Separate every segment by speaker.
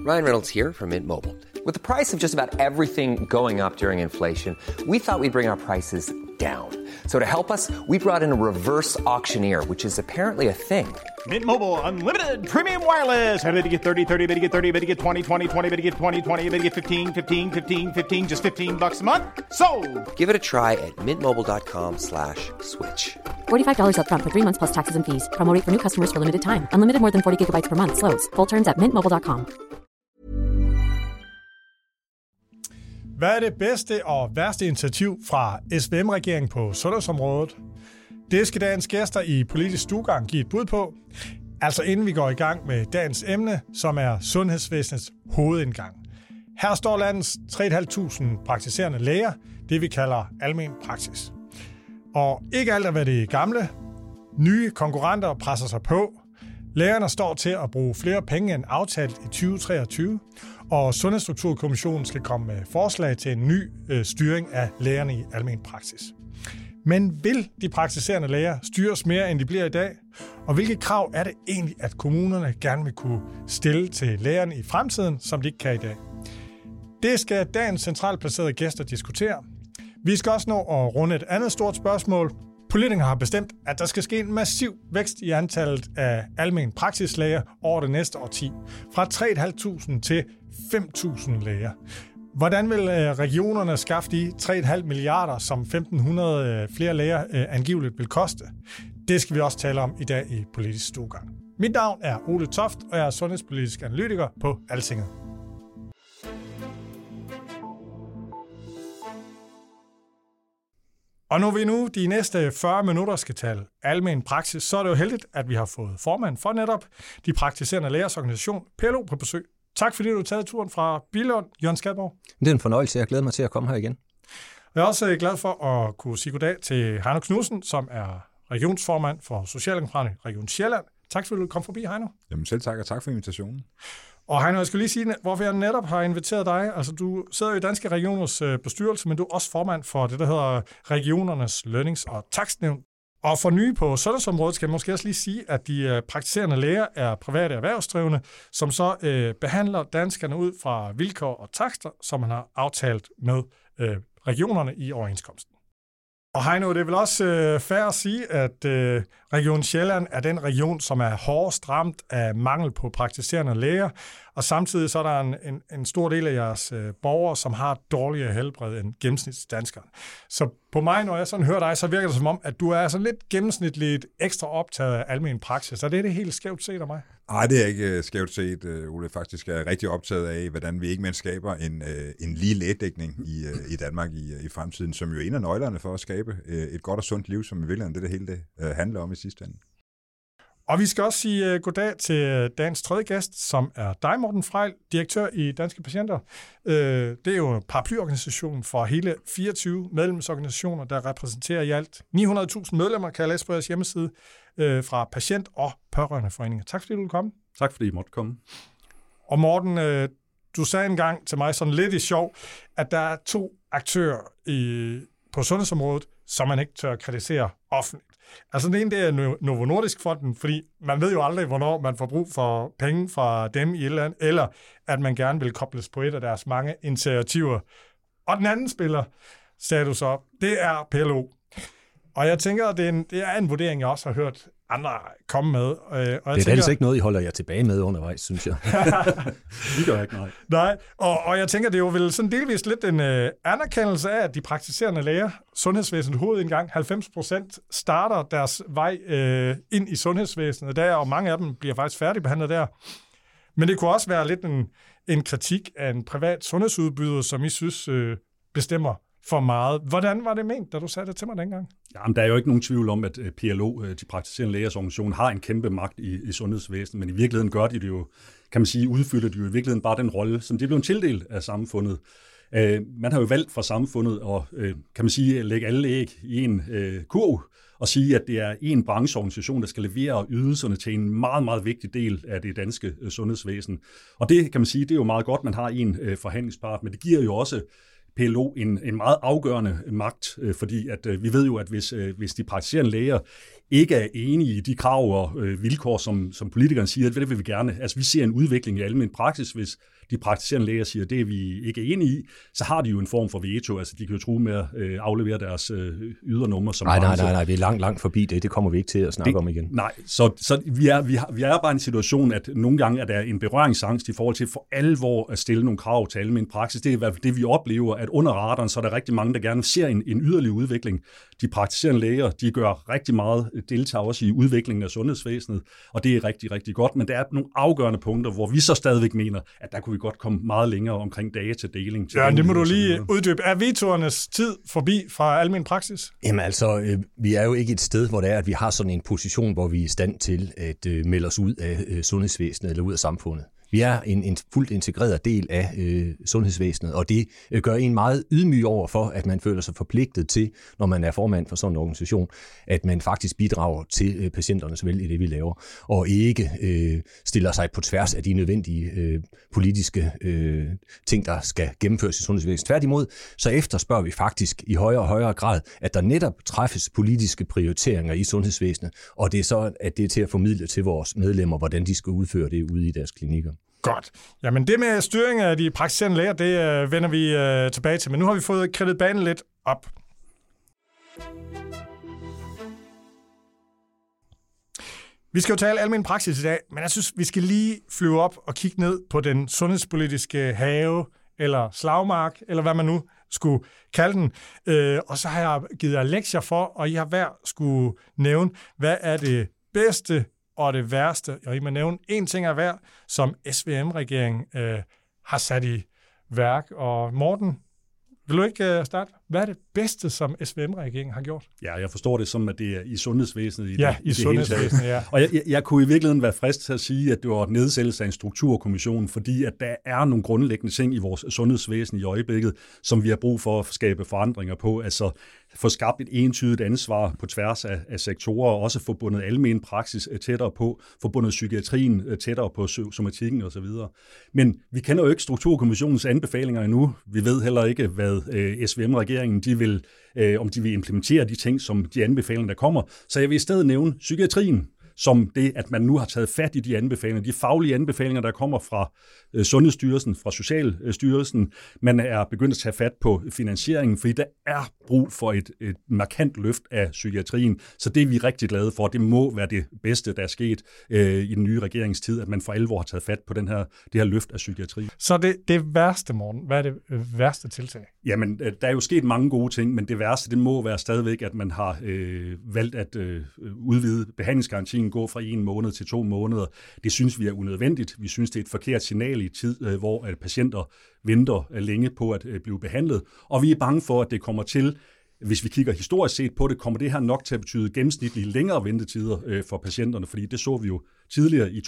Speaker 1: Ryan Reynolds here from Mint Mobile. With the price of just about everything going up during inflation, we thought we'd bring our prices down. So to help us, we brought in a reverse auctioneer, which is apparently a thing.
Speaker 2: Mint Mobile Unlimited Premium Wireless. How to get 30, 30, bit to get 30, bit to get 20, 20, 20, bit to get 20, 20, bit to get 15, 15, 15, 15, just $15 a month? Sold!
Speaker 1: Give it a try at mintmobile.com/switch.
Speaker 3: $45 up front for 3 months plus taxes and fees. Promo rate for new customers for limited time. Unlimited more than 40 gigabytes per month. Slows full terms at mintmobile.com.
Speaker 4: Hvad er det bedste og værste initiativ fra SVM-regeringen på sundhedsområdet? Det skal dagens gæster i Politisk Stuegang give et bud på. Altså inden vi går i gang med dagens emne, som er sundhedsvæsenets hovedindgang. Her står landets 3.500 praktiserende læger, det vi kalder almen praksis. Og ikke alt er hvad det gamle. Nye konkurrenter presser sig på. Lægerne står til at bruge flere penge end aftalt i 2023, og Sundhedsstrukturkommissionen skal komme med forslag til en ny styring af lægerne i almen praksis. Men vil de praktiserende læger styres mere, end de bliver i dag? Og hvilke krav er det egentlig, at kommunerne gerne vil kunne stille til lægerne i fremtiden, som de ikke kan i dag? Det skal dagens centralt placerede gæster diskutere. Vi skal også nå at runde et andet stort spørgsmål. Politikerne har bestemt, at der skal ske en massiv vækst i antallet af almen praksislæger over det næste årti. Fra 3.500 til 5.000 læger. Hvordan vil regionerne skaffe de 3,5 milliarder, som 1.500 flere læger angiveligt vil koste? Det skal vi også tale om i dag i Politisk Stuegang. Mit navn er Ole Toft, og jeg er sundhedspolitisk analytiker på Altinget. Og når vi nu de næste 40 minutter skal tale almen praksis, så er det jo heldigt, at vi har fået formanden for netop de praktiserende lægers organisation, PLO, på besøg. Tak fordi du har taget turen fra Billund, Jørgen Skaldborg.
Speaker 5: Det er en fornøjelse. Jeg glæder mig til at komme her igen.
Speaker 4: Jeg er også glad for at kunne sige goddag til Heino Knudsen, som er regionsformand for Socialdemokraterne i Region Sjælland. Tak fordi du kom forbi, Heino.
Speaker 6: Jamen selv tak, og tak for invitationen.
Speaker 4: Og Heino, jeg skal lige sige, hvorfor jeg netop har inviteret dig. Altså, du sidder jo i Danske Regioners bestyrelse, men du er også formand for det, der hedder Regionernes Lønnings- og Takstnævn. Og for nye på sundhedsområdet skal jeg måske også lige sige, at de praktiserende læger er private erhvervsdrivende, som så behandler danskerne ud fra vilkår og takster, som man har aftalt med regionerne i overenskomsten. Og Heino, det er vel også fair at sige, at Region Sjælland er den region, som er hårdest ramt af mangel på praktiserende læger, og samtidig så er der en stor del af jeres borgere, som har dårligere helbred end gennemsnitsdanskerne. Så på mig, når jeg sådan hører dig, så virker det som om, at du er sådan lidt gennemsnitligt ekstra optaget af almen praksis. Så det helt skævt set af mig?
Speaker 6: Nej, det er ikke skævt set, Ole. Faktisk er rigtig optaget af, hvordan vi ikke mindst skaber en lige lægedækning i Danmark i fremtiden, som jo er en af nøglerne for at skabe et godt og sundt liv, som i virkeligheden det hele det handler om i sidste ende.
Speaker 4: Og vi skal også sige goddag til dagens tredje gæst, som er dig, Morten Frejl, direktør i Danske Patienter. Det er jo en paraplyorganisation for hele 24 medlemsorganisationer, der repræsenterer i alt 900.000 medlemmer, kan jeg læse på jeres hjemmeside, fra patient- og pårørendeforeninger. Tak fordi du ville komme.
Speaker 7: Tak fordi I måtte komme.
Speaker 4: Og Morten, du sagde engang til mig sådan lidt i sjov, at der er 2 aktører på sundhedsområdet, som man ikke tør kritisere offentligt. Altså den ene, det er Novo Nordisk-fonden, fordi man ved jo aldrig, hvornår man får brug for penge fra dem i et eller andet, eller at man gerne vil kobles på et af deres mange initiativer. Og den anden spiller, sagde du så, det er PLO. Og jeg tænker, at det er en vurdering, jeg også har hørt andre komme med. Og jeg
Speaker 5: det er altså ikke noget, I holder jer tilbage med undervejs, synes jeg.
Speaker 7: Vi gør ikke, nej.
Speaker 4: Nej, og jeg tænker, det er jo vel sådan delvist lidt en anerkendelse af, at de praktiserende læger, sundhedsvæsenet hovedindgang, 90% starter deres vej ind i sundhedsvæsenet der, og mange af dem bliver faktisk færdigbehandlet der. Men det kunne også være lidt en kritik af en privat sundhedsudbyder, som I synes bestemmer for meget. Hvordan var det ment, da du sagde det til mig dengang?
Speaker 7: Jamen, der er jo ikke nogen tvivl om, at PLO, de praktiserende lægers organisation, har en kæmpe magt i sundhedsvæsenet, men i virkeligheden gør de det jo, kan man sige, udfylder de jo i virkeligheden bare den rolle, som de er blevet tildelt af samfundet. Man har jo valgt fra samfundet at, kan man sige, lægge alle æg i en kurv, og sige, at det er en brancheorganisation, der skal levere ydelserne til en meget, meget vigtig del af det danske sundhedsvæsen. Og det, kan man sige, det er jo meget godt, man har en forhandlingspart, men det giver jo også PLO en meget afgørende magt, fordi at vi ved jo, at hvis de praktiserende læger ikke er enige i de krav og vilkår, som politikerne siger, at det vil vi gerne. Altså vi ser en udvikling i almen praksis, hvis de praktiserende læger siger, at det er vi ikke enige i, så har de jo en form for veto. Altså de kan jo true med at aflevere deres ydernummer. Som
Speaker 5: Nej, vi er langt forbi det. Det kommer vi ikke til at snakke om igen. Nej,
Speaker 7: så vi er bare i en situation, at nogle gange er der en berøringsangst i forhold til for alvor at stille nogle krav til almen praksis. Det er i hvert fald det, vi oplever, at under radaren, så er der rigtig mange, der gerne ser en yderligere udvikling. De praktiserende læger, de gør rigtig meget, deltager også i udviklingen af sundhedsvæsenet, og det er rigtig, rigtig godt, men der er nogle afgørende punkter, hvor vi så stadigvæk mener, at der kunne vi godt komme meget længere omkring datadeling.
Speaker 4: Ja, det må du lige uddybe. Er vetoernes tid forbi fra almen praksis?
Speaker 5: Jamen altså, vi er jo ikke et sted, hvor det er, at vi har sådan en position, hvor vi er i stand til at melde os ud af sundhedsvæsenet eller ud af samfundet. Vi er en fuldt integreret del af sundhedsvæsenet, og det gør en meget ydmyg over for, at man føler sig forpligtet til, når man er formand for sådan en organisation, at man faktisk bidrager til patienternes vel i det, vi laver, og ikke stiller sig på tværs af de nødvendige politiske ting, der skal gennemføres i sundhedsvæsenet. Tværtimod, så efterspørger vi faktisk i højere og højere grad, at der netop træffes politiske prioriteringer i sundhedsvæsenet, og det er så, at det er til at formidle til vores medlemmer, hvordan de skal udføre det ude i deres klinikker.
Speaker 4: Godt. Jamen det med styring af de praktiserende læger, det vender vi tilbage til. Men nu har vi fået kridtet banen lidt op. Vi skal jo tale almen praksis i dag, men jeg synes, vi skal lige flyve op og kigge ned på den sundhedspolitiske have, eller slagmark, eller hvad man nu skulle kalde den. Og så har jeg givet jer lektier for, og I har hver skulle nævne, hvad er det bedste og det værste, og I må nævne en ting af hver, som SVM-regeringen har sat i værk. Og Morten, vil du ikke starte? Hvad er det bedste, som SVM-regeringen har gjort?
Speaker 7: Ja, jeg forstår det som, at det er i sundhedsvæsenet.
Speaker 4: I sundhedsvæsenet, ja.
Speaker 7: Og jeg kunne i virkeligheden være frist til at sige, at det var nedsættelse af en strukturkommission, fordi at der er nogle grundlæggende ting i vores sundhedsvæsen i øjeblikket, som vi har brug for at skabe forandringer på. Altså få skabt et entydigt ansvar på tværs af sektorer, og også få bundet almen praksis tættere på, få bundet psykiatrien tættere på somatikken osv. Men vi kender jo ikke strukturkommissionens anbefalinger endnu. Vi ved heller ikke, hvad SVM-regeringen om de vil implementere de ting, som de anbefalinger, der kommer. Så jeg vil i stedet nævne psykiatrien, som det, at man nu har taget fat i de anbefalinger, de faglige anbefalinger, der kommer fra Sundhedsstyrelsen, fra Socialstyrelsen. Man er begyndt at tage fat på finansieringen, fordi der er brug for et markant løft af psykiatrien. Så det er vi rigtig glade for. Det må være det bedste, der er sket i den nye regeringstid, at man for alvor har taget fat på det her løft af psykiatrien.
Speaker 4: Så det værste, Morten, hvad er det værste tiltag?
Speaker 7: Jamen, der er jo sket mange gode ting, men det værste, det må være stadigvæk, at man har valgt at udvide behandlingsgarantien, gå fra 1 måned til 2 måneder. Det synes vi er unødvendigt. Vi synes, det er et forkert signal i tid, hvor patienter venter længe på at blive behandlet. Og vi er bange for, at det kommer til, hvis vi kigger historisk set på det, kommer det her nok til at betyde gennemsnitligt længere ventetider for patienterne, fordi det så vi jo tidligere i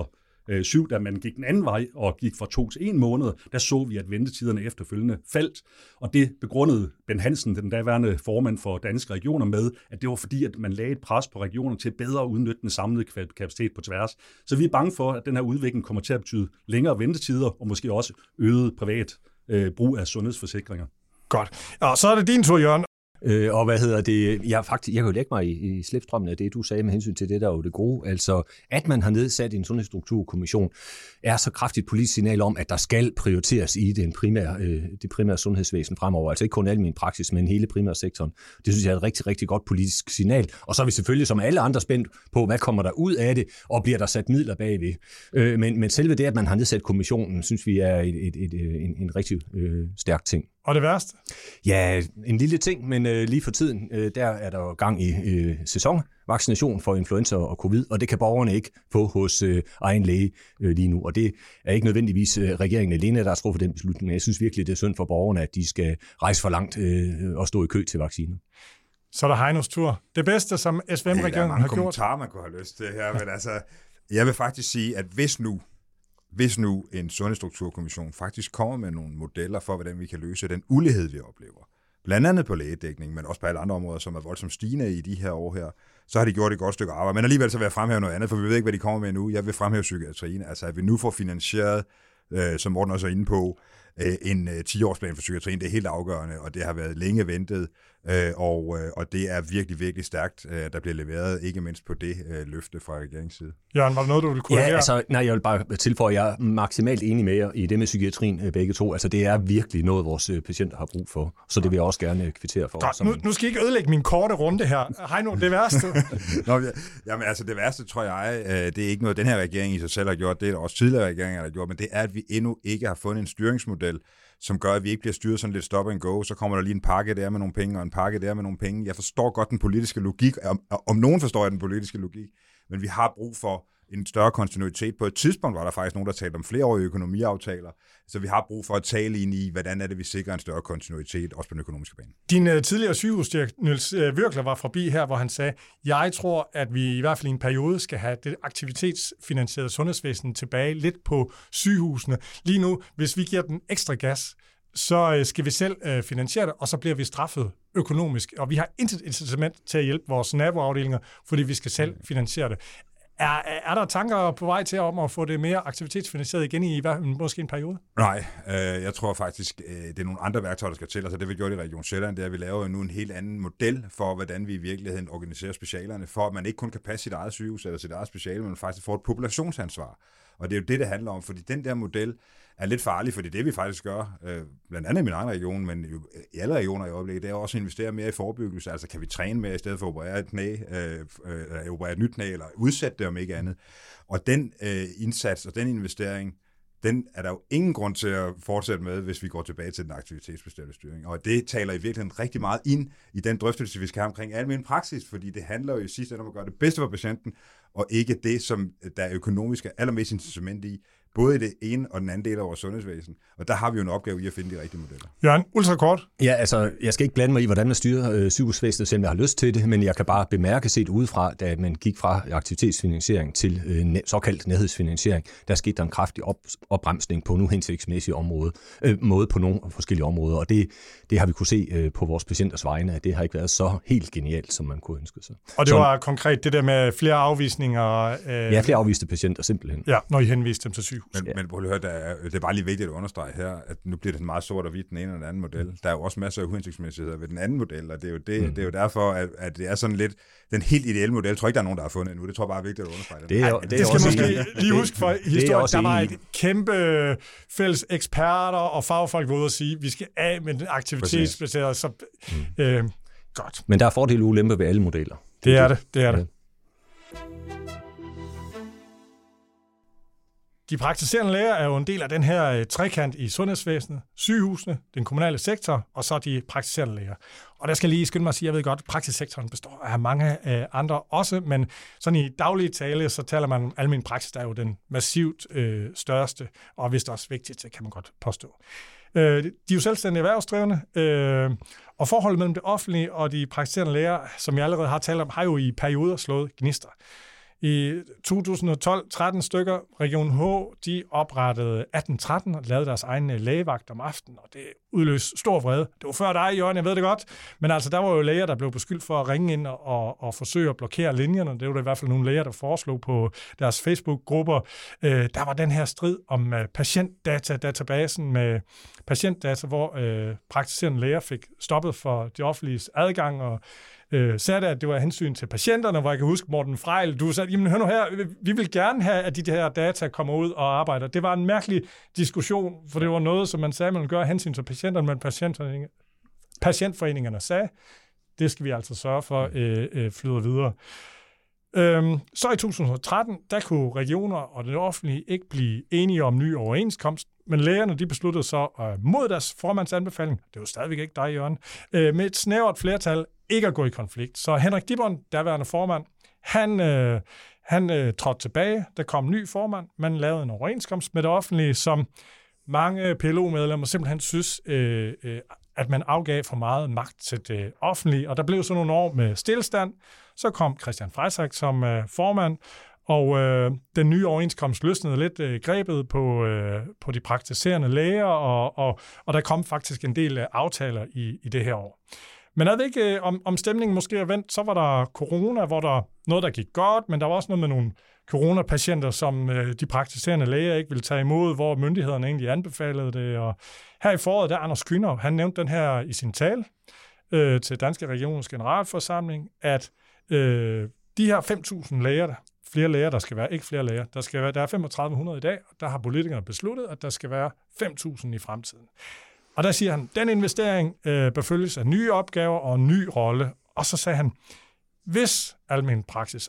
Speaker 7: 2007, da man gik den anden vej og gik fra 2 til 1 måned, der så vi, at ventetiderne efterfølgende faldt. Og det begrundede Ben Hansen, den daværende formand for Danske Regioner, med, at det var fordi, at man lagde et pres på regionerne til bedre at udnytte den samlede kapacitet på tværs. Så vi er bange for, at den her udvikling kommer til at betyde længere ventetider, og måske også øget privat brug af sundhedsforsikringer.
Speaker 4: Godt. Og så er det din tur, Jørgen.
Speaker 5: Og hvad hedder det? Jeg kan jo lægge mig i slipstrømmen af det, du sagde med hensyn til det, der er jo det gode. Altså, at man har nedsat en sundhedsstrukturkommission, er så kraftigt politisk signal om, at der skal prioriteres i det primære sundhedsvæsen fremover. Altså ikke kun almen praksis, men hele primærsektoren. Det synes jeg er et rigtig, rigtig godt politisk signal. Og så er vi selvfølgelig som alle andre spændt på, hvad kommer der ud af det, og bliver der sat midler bagved. Men selve det, at man har nedsat kommissionen, synes vi er en rigtig stærk ting.
Speaker 4: Og det værste?
Speaker 5: Ja, en lille ting, men lige for tiden, der er der jo gang i sæsonvaccination for influenza og covid, og det kan borgerne ikke få hos egen læge lige nu. Og det er ikke nødvendigvis regeringen alene, der har truffet den beslutning, men jeg synes virkelig, det er synd for borgerne, at de skal rejse for langt og stå i kø til vacciner.
Speaker 4: Så er der Heinos tur. Det bedste, som SVM-regeringen har gjort?
Speaker 6: Der er mange kommentarer, man kunne have lyst til her, men altså, jeg vil faktisk sige, at hvis nu en sundhedsstrukturkommission faktisk kommer med nogle modeller for, hvordan vi kan løse den ulighed, vi oplever, blandt andet på lægedækning, men også på alle andre områder, som er voldsomt stigende i de her år her, så har de gjort et godt stykke arbejde. Men alligevel så vil jeg fremhæve noget andet, for vi ved ikke, hvad de kommer med nu. Jeg vil fremhæve psykiatrien, altså at vi nu får finansieret, som Morten også er inde på, en 10-årsplan for psykiatrien. Det er helt afgørende, og det har været længe ventet, og det er virkelig, virkelig stærkt, der bliver leveret, ikke mindst på det løfte fra regeringens side.
Speaker 4: Jørgen, var der noget, du ville kunne
Speaker 5: jeg vil bare tilføje, at jeg er maksimalt enig med jer i det med psykiatrien begge to. Altså, det er virkelig noget, vores patienter har brug for, så det vil jeg også gerne kvittere for.
Speaker 4: Godt, nu skal I ikke ødelægge min korte runde her. Heino, det værste?
Speaker 6: Jamen altså, det værste, tror jeg, det er ikke noget, den her regering i sig selv har gjort, det er også tidligere regeringer, der har gjort, men det er, at vi endnu ikke har fundet en styringsmodel, som gør, at vi ikke bliver styret sådan lidt stop and go, så kommer der lige en pakke der med nogle penge, og en pakke der med nogle penge. Jeg forstår godt den politiske logik, om nogen forstår jeg den politiske logik, men vi har brug for en større kontinuitet. På et tidspunkt var der faktisk nogen, der talte om flereårige økonomiaftaler, så vi har brug for at tale ind i, hvordan er det, vi sikrer en større kontinuitet, også på den økonomiske bane.
Speaker 4: Din tidligere sygehusdirektør, Niels Virkler, var forbi her, hvor han sagde, jeg tror, at vi i hvert fald i en periode skal have det aktivitetsfinansierede sundhedsvæsen tilbage lidt på sygehusene. Lige nu, hvis vi giver den ekstra gas, så skal vi selv finansiere det, og så bliver vi straffet økonomisk. Og vi har intet incitament til at hjælpe vores naboafdelinger, fordi vi skal selv finansiere det. Er der tanker på vej til om at få det mere aktivitetsfinansieret igen i måske en periode?
Speaker 6: Nej, jeg tror faktisk, det er nogle andre værktøjer, der skal til. Altså det vi gjorde i Region Sjælland, det er, at vi laver nu en helt anden model for, hvordan vi i virkeligheden organiserer specialerne, for at man ikke kun kan passe sit eget sygehus eller sit eget speciale, men faktisk får et populationsansvar. Og det er jo det handler om, fordi den der model er lidt farlig, fordi det vi faktisk gør, blandt andet i min egen region, men i alle regioner i øjeblikket, det er også at investere mere i forebyggelse. Altså kan vi træne mere i stedet for at operere et knæ, operere et nyt knæ, eller udsætte det om ikke andet. Og den indsats og den investering, den er der jo ingen grund til at fortsætte med, hvis vi går tilbage til den aktivitetsbestemte styring. Og det taler i virkeligheden rigtig meget ind i den drøftelse, vi skal have omkring almen praksis, fordi det handler jo i sidste ende om at gøre det bedste for patienten, og ikke det, som der er økonomisk allermest incitament i, både i det ene og den anden del af vores sundhedsvæsen. Og der har vi jo en opgave i at finde de rigtige modeller.
Speaker 4: Jørgen, ultrakort.
Speaker 5: Ja, altså, jeg skal ikke blande mig i, hvordan man styrer sygehusvæsenet, selvom jeg har lyst til det, men jeg kan bare bemærke set udefra, da man gik fra aktivitetsfinansiering til såkaldt nærhedsfinansiering, der skete der en kraftig opbremsning på en uhensigtsmæssig måde på nogle forskellige områder, og det har vi kunne se på vores patienters vegne, at det har ikke været så helt genialt, som man kunne ønske sig.
Speaker 4: Og det var konkret det der med flere afvisninger?
Speaker 5: Ja, flere afviste patienter simpelthen.
Speaker 4: Ja, når I henviste dem til sygehus.
Speaker 6: Men prøv at høre, det er bare lige vigtigt at understrege her, at nu bliver det meget sort og hvidt, den ene og den anden model. Der er jo også masser af uhensigtsmæssigheder ved den anden model, og det er jo derfor, at det er sådan lidt den helt ideelle model. Jeg tror ikke, der er nogen, der har fundet endnu. Det tror jeg bare er vigtigt at understrege.
Speaker 4: Det skal måske lige huske for historien. Der var et kæmpe fælles eksperter og fagfolk ude og sige, at vi skal af med den aktivitetsbaserede. Så godt.
Speaker 5: Men der er fordele og ulemper ved alle modeller.
Speaker 4: Det er det. De praktiserende læger er jo en del af den her trekant i sundhedsvæsenet, sygehusene, den kommunale sektor, og så de praktiserende læger. Og der skal lige skynde mig at sige, jeg ved godt, at praksissektoren består af mange andre også, men sådan i daglige tale, så taler man om almen praksis, der er jo den massivt største, og vist også vigtigt, det kan man godt påstå. De er jo selvstændige erhvervsdrivende, og forholdet mellem det offentlige og de praktiserende læger, som jeg allerede har talt om, har jo i perioder slået gnister. I 2012-13 stykker, Region H, de oprettede 1813 og lavede deres egen lægevagt om aftenen, og det udløste stor vrede. Det var før dig, Jørgen, jeg ved det godt, men altså der var jo læger, der blev beskyldt for at ringe ind og forsøge at blokere linjerne. Det var der i hvert fald nogle læger, der foreslog på deres Facebook-grupper. Der var den her strid om patientdatabasen med patientdata, hvor praktiserende læger fik stoppet for de offentliges adgang, og sagde det, at det var hensyn til patienterne, hvor jeg kan huske, Morten Frejl, du sagde, jamen hør nu her, vi vil gerne have, at de her data kommer ud og arbejder. Det var en mærkelig diskussion, for det var noget, som man sagde, man ville gøre hensyn til patienterne, men patientforeningerne sagde, det skal vi altså sørge for flyder videre. Så i 2013, der kunne regioner og det offentlige ikke blive enige om ny overenskomst, men lægerne de besluttede så mod deres formands anbefaling, det er jo stadigvæk ikke dig, Jørgen, med et snævert flertal ikke at gå i konflikt. Så Henrik Dibbon, derværende formand, han trådte tilbage, der kom en ny formand, man lavede en overenskomst med det offentlige, som mange PLO-medlemmer simpelthen synes, at man afgav for meget magt til det offentlige, og der blev så nogle år med stillestand. Så kom Christian Freisach som formand, og den nye overenskomst løsnede lidt grebet på de praktiserende læger, og der kom faktisk en del aftaler i det her år. Men er det ikke, om stemningen måske er vendt, så var der corona, hvor der noget, der gik godt, men der var også noget med nogle coronapatienter, som de praktiserende læger ikke ville tage imod, hvor myndighederne egentlig anbefalede det. Og her i foråret, der Anders Kühner, han nævnte den her i sin tale til Danske Regioners Generalforsamling, at de her 5.000 læger, flere læger, der skal være, ikke flere læger, der er 3.500 i dag, og der har politikerne besluttet, at der skal være 5.000 i fremtiden. Og der siger han, den investering befølges af nye opgaver og en ny rolle. Og så sagde han, hvis almen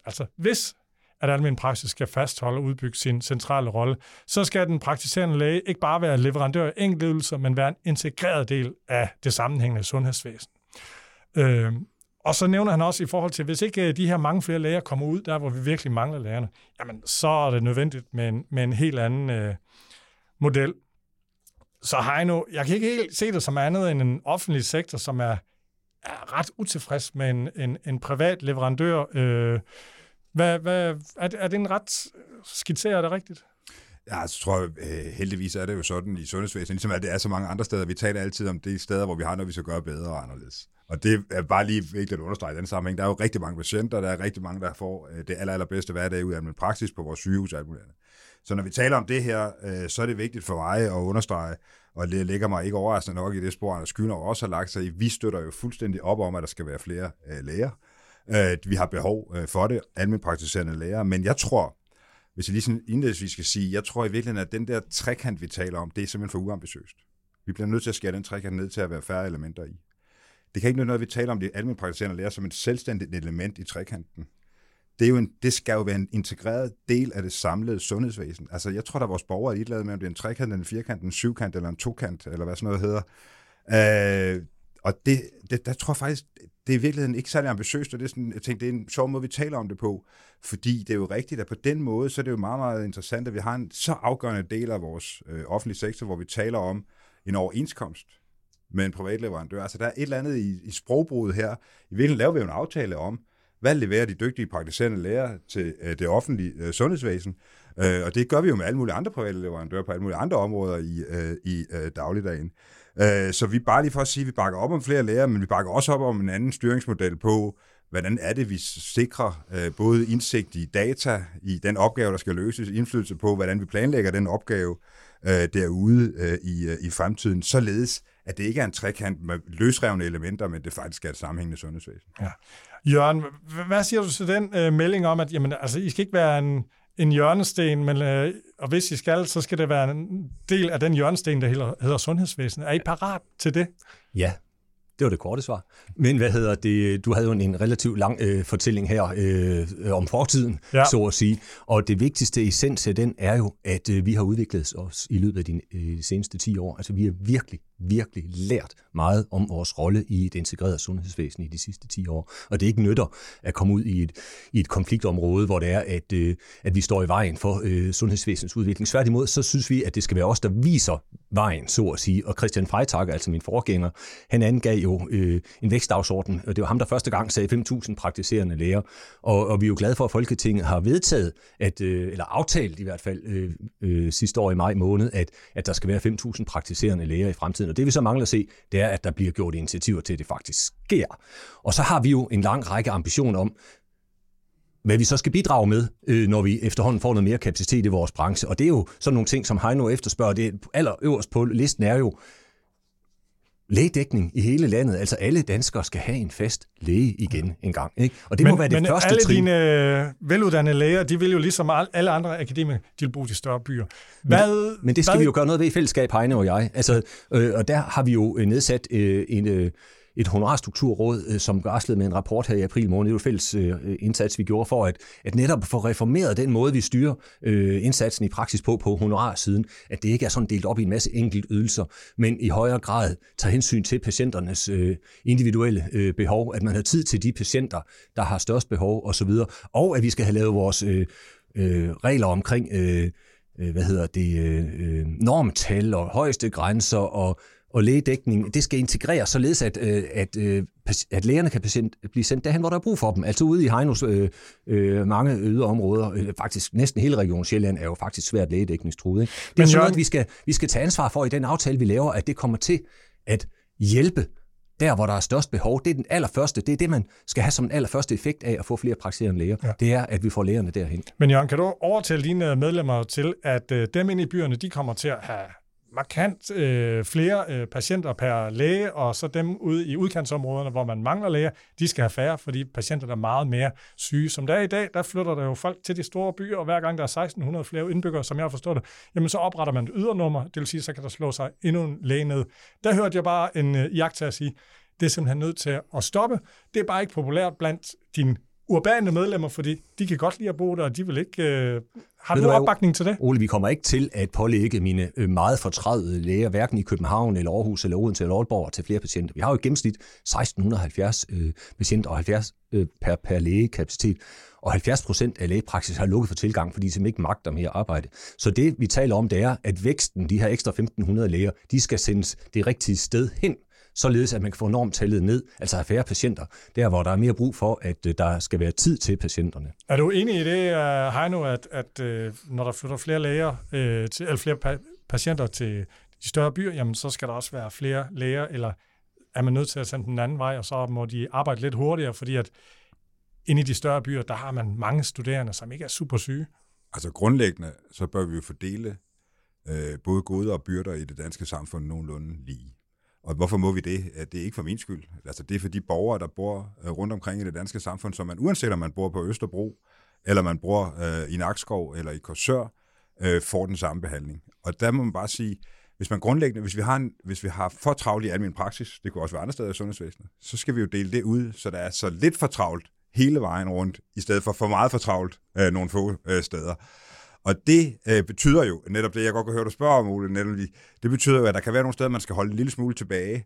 Speaker 4: praksis skal fastholde og udbygge sin centrale rolle, så skal den praktiserende læge ikke bare være leverandør af enkeltydelser, men være en integreret del af det sammenhængende sundhedsvæsen. Og så nævner han også i forhold til, hvis ikke de her mange flere læger kommer ud, der hvor vi virkelig mangler lægerne, jamen så er det nødvendigt med en helt anden model. Så Heino, jeg kan ikke helt se det som andet end en offentlig sektor, som er ret utilfreds med en privat leverandør. Er det en ret skitseret det rigtigt?
Speaker 6: Ja, så tror jeg, heldigvis er det jo sådan i sundhedsvæsenet, ligesom at det er så mange andre steder. Vi taler altid om de steder, hvor vi har noget, vi skal gøre bedre og anderledes. Og det er bare lige vigtigt at understrege i den sammenhæng. Der er jo rigtig mange patienter, der er rigtig mange, der får det allerbedste hverdag ud af almen praksis på vores sygehus og alt muligt andet. Så når vi taler om det her, så er det vigtigt for mig at understrege, og det ligger mig ikke overraskende nok i det spor, Anders Kühner også har lagt sig i. Vi støtter jo fuldstændig op om, at der skal være flere læger. Vi har behov for det, almenpraktiserende læger, men jeg tror, hvis jeg lige sådan indledningsvis skal sige, jeg tror i virkeligheden, at den der trekant, vi taler om, det er simpelthen for uambitiøst. Vi bliver nødt til at skære den trekant ned til at være færre elementer i. Det kan ikke noget, at vi taler om de almenpraktiserende læger som et selvstændigt element i trekanten. Det skal jo være en integreret del af det samlede sundhedsvæsen. Altså, jeg tror, der er vores borgere i et med, om det er en trekant, en firkant, en syvkant eller en tokant, eller hvad sådan noget hedder. Og der tror jeg faktisk, det er i virkeligheden ikke særlig ambitiøst, og det er sådan, jeg tænkte, det er en sjov måde, vi taler om det på, fordi det er jo rigtigt, at på den måde, så er det jo meget, meget interessant, at vi har en så afgørende del af vores offentlige sektor, hvor vi taler om en overenskomst med en privat leverandør. Altså, der er et eller andet i sprogbruget her. I virkeligheden laver vi jo en aftale om, hvad leverer de dygtige praktiserende læger til det offentlige sundhedsvæsen, og det gør vi jo med alle mulige andre private leverandører på alle mulige andre områder i dagligdagen. Så vi bare lige for at sige, at vi bakker op om flere læger, men vi bakker også op om en anden styringsmodel på, hvordan er det, vi sikrer både indsigt i data, i den opgave, der skal løses, indflydelse på, hvordan vi planlægger den opgave derude i fremtiden, således at det ikke er en trekant med løsrevne elementer, men det faktisk er et sammenhængende sundhedsvæsen. Ja.
Speaker 4: Jørgen, hvad siger du til den melding om, at jamen, altså, I skal ikke være en hjørnesten, men, og hvis I skal, så skal det være en del af den hjørnesten, der hedder sundhedsvæsenet. Er I parat til det?
Speaker 5: Ja, det var det korte svar. Men du havde jo en relativt lang fortælling her om fortiden, så at sige. Og det vigtigste essens af den er jo, at vi har udviklet os i løbet af de seneste 10 år. Altså vi har virkelig lært meget om vores rolle i et integreret sundhedsvæsen i de sidste 10 år. Og det ikke nytter at komme ud i et konfliktområde, hvor det er, at vi står i vejen for sundhedsvæsenets udvikling. Tværtimod, så synes vi, at det skal være os, der viser vejen, så at sige. Og Christian Freitag, altså min forgænger, han angav jo en vækstdagsorden, og det var ham, der første gang sagde 5.000 praktiserende læger. Og vi er jo glade for, at Folketinget har vedtaget, eller aftalt i hvert fald sidste år i maj måned, at der skal være 5.000 praktiserende læger i fremtiden. Og det vi så mangler at se, det er, at der bliver gjort initiativer til, at det faktisk sker. Og så har vi jo en lang række ambitioner om, hvad vi så skal bidrage med, når vi efterhånden får noget mere kapacitet i vores branche. Og det er jo sådan nogle ting, som Heino efterspørger. Det allerøverst på listen er jo lægedækning i hele landet. Altså alle danskere skal have en fast læge igen en gang. Ikke? Og det må være det første trin.
Speaker 4: Men alle dine veluddannede læger, de vil jo ligesom alle andre akademikere, de vil bo i større byer.
Speaker 5: Men det skal vi jo gøre noget ved i fællesskab, Heino og jeg. Altså, og der har vi jo nedsat et honorarstrukturråd, som garslede med en rapport her i april måned. Det er jo fælles indsats, vi gjorde for at netop få reformeret den måde, vi styrer indsatsen i praksis på honorarsiden, at det ikke er sådan delt op i en masse enkelt ydelser, men i højere grad tager hensyn til patienternes individuelle behov, at man har tid til de patienter, der har størst behov osv., og at vi skal have lavet vores regler omkring normtal og højeste grænser og lægedækning, det skal integreres således, at lægerne kan blive sendt derhen, hvor der er brug for dem. Altså ude i Heinos mange yderområder, faktisk næsten hele Region Sjælland er jo faktisk svært lægedækningstruet. Ikke? Det er sådan noget, vi skal tage ansvar for i den aftale, vi laver, at det kommer til at hjælpe der hvor der er størst behov, det er den allerførste, det er det, man skal have som den allerførste effekt af at få flere praktiserende læger. Ja. Det er, at vi får lægerne derhen.
Speaker 4: Men Jørgen, kan du overtale dine medlemmer til, at dem inde i byerne, de kommer til at have markant flere patienter per læge, og så dem ude i udkantsområderne, hvor man mangler læger, de skal have færre, fordi patienterne er meget mere syge. Som der er i dag, der flytter der jo folk til de store byer, og hver gang der er 1600 flere indbyggere, som jeg har forstået det, jamen så opretter man et ydernummer, det vil sige, så kan der slå sig endnu en læge ned. Der hørte jeg bare en iagttager sige, det er simpelthen nødt til at stoppe. Det er bare ikke populært blandt dine urbane medlemmer, fordi de kan godt lide at bo der, og de vil ikke... Har du opbakning til det?
Speaker 5: Ole, vi kommer ikke til at pålægge mine meget fortrædede læger, hverken i København, eller Aarhus, eller Odense, eller Aalborg, til flere patienter. Vi har jo i gennemsnit 1670 patienter, og 70 per lægekapacitet. Og 70% af lægepraksis har lukket for tilgang, fordi de simpelthen ikke magter mere arbejde. Så det, vi taler om, det er, at væksten, de her ekstra 1.500 læger, de skal sendes det rigtige sted hen, således at man kan få normtallet ned, altså have færre patienter, der hvor der er mere brug for, at der skal være tid til patienterne.
Speaker 4: Er du enig i det, Heino, at når der flytter flere læger, eller flere patienter til de større byer, jamen så skal der også være flere læger, eller er man nødt til at sende den anden vej, og så må de arbejde lidt hurtigere, fordi at inde i de større byer, der har man mange studerende, som ikke er super syge?
Speaker 6: Altså grundlæggende, så bør vi jo fordele både goder og byrder i det danske samfund nogenlunde lige. Og hvorfor må vi det? Det er ikke for min skyld. Altså, det er for de borgere, der bor rundt omkring i det danske samfund, så man uanset om man bor på Østerbro, eller man bor i Nakskov eller i Korsør, får den samme behandling. Og der må man bare sige, hvis man grundlæggende, hvis vi har for travlt i almen praksis, det kunne også være andre steder i sundhedsvæsenet, så skal vi jo dele det ud, så der er så lidt for travlt hele vejen rundt, i stedet for meget for travlt nogle få steder. Og det betyder jo, netop det, jeg godt kan høre dig spørge om, Ole, det betyder jo, at der kan være nogle steder, man skal holde en lille smule tilbage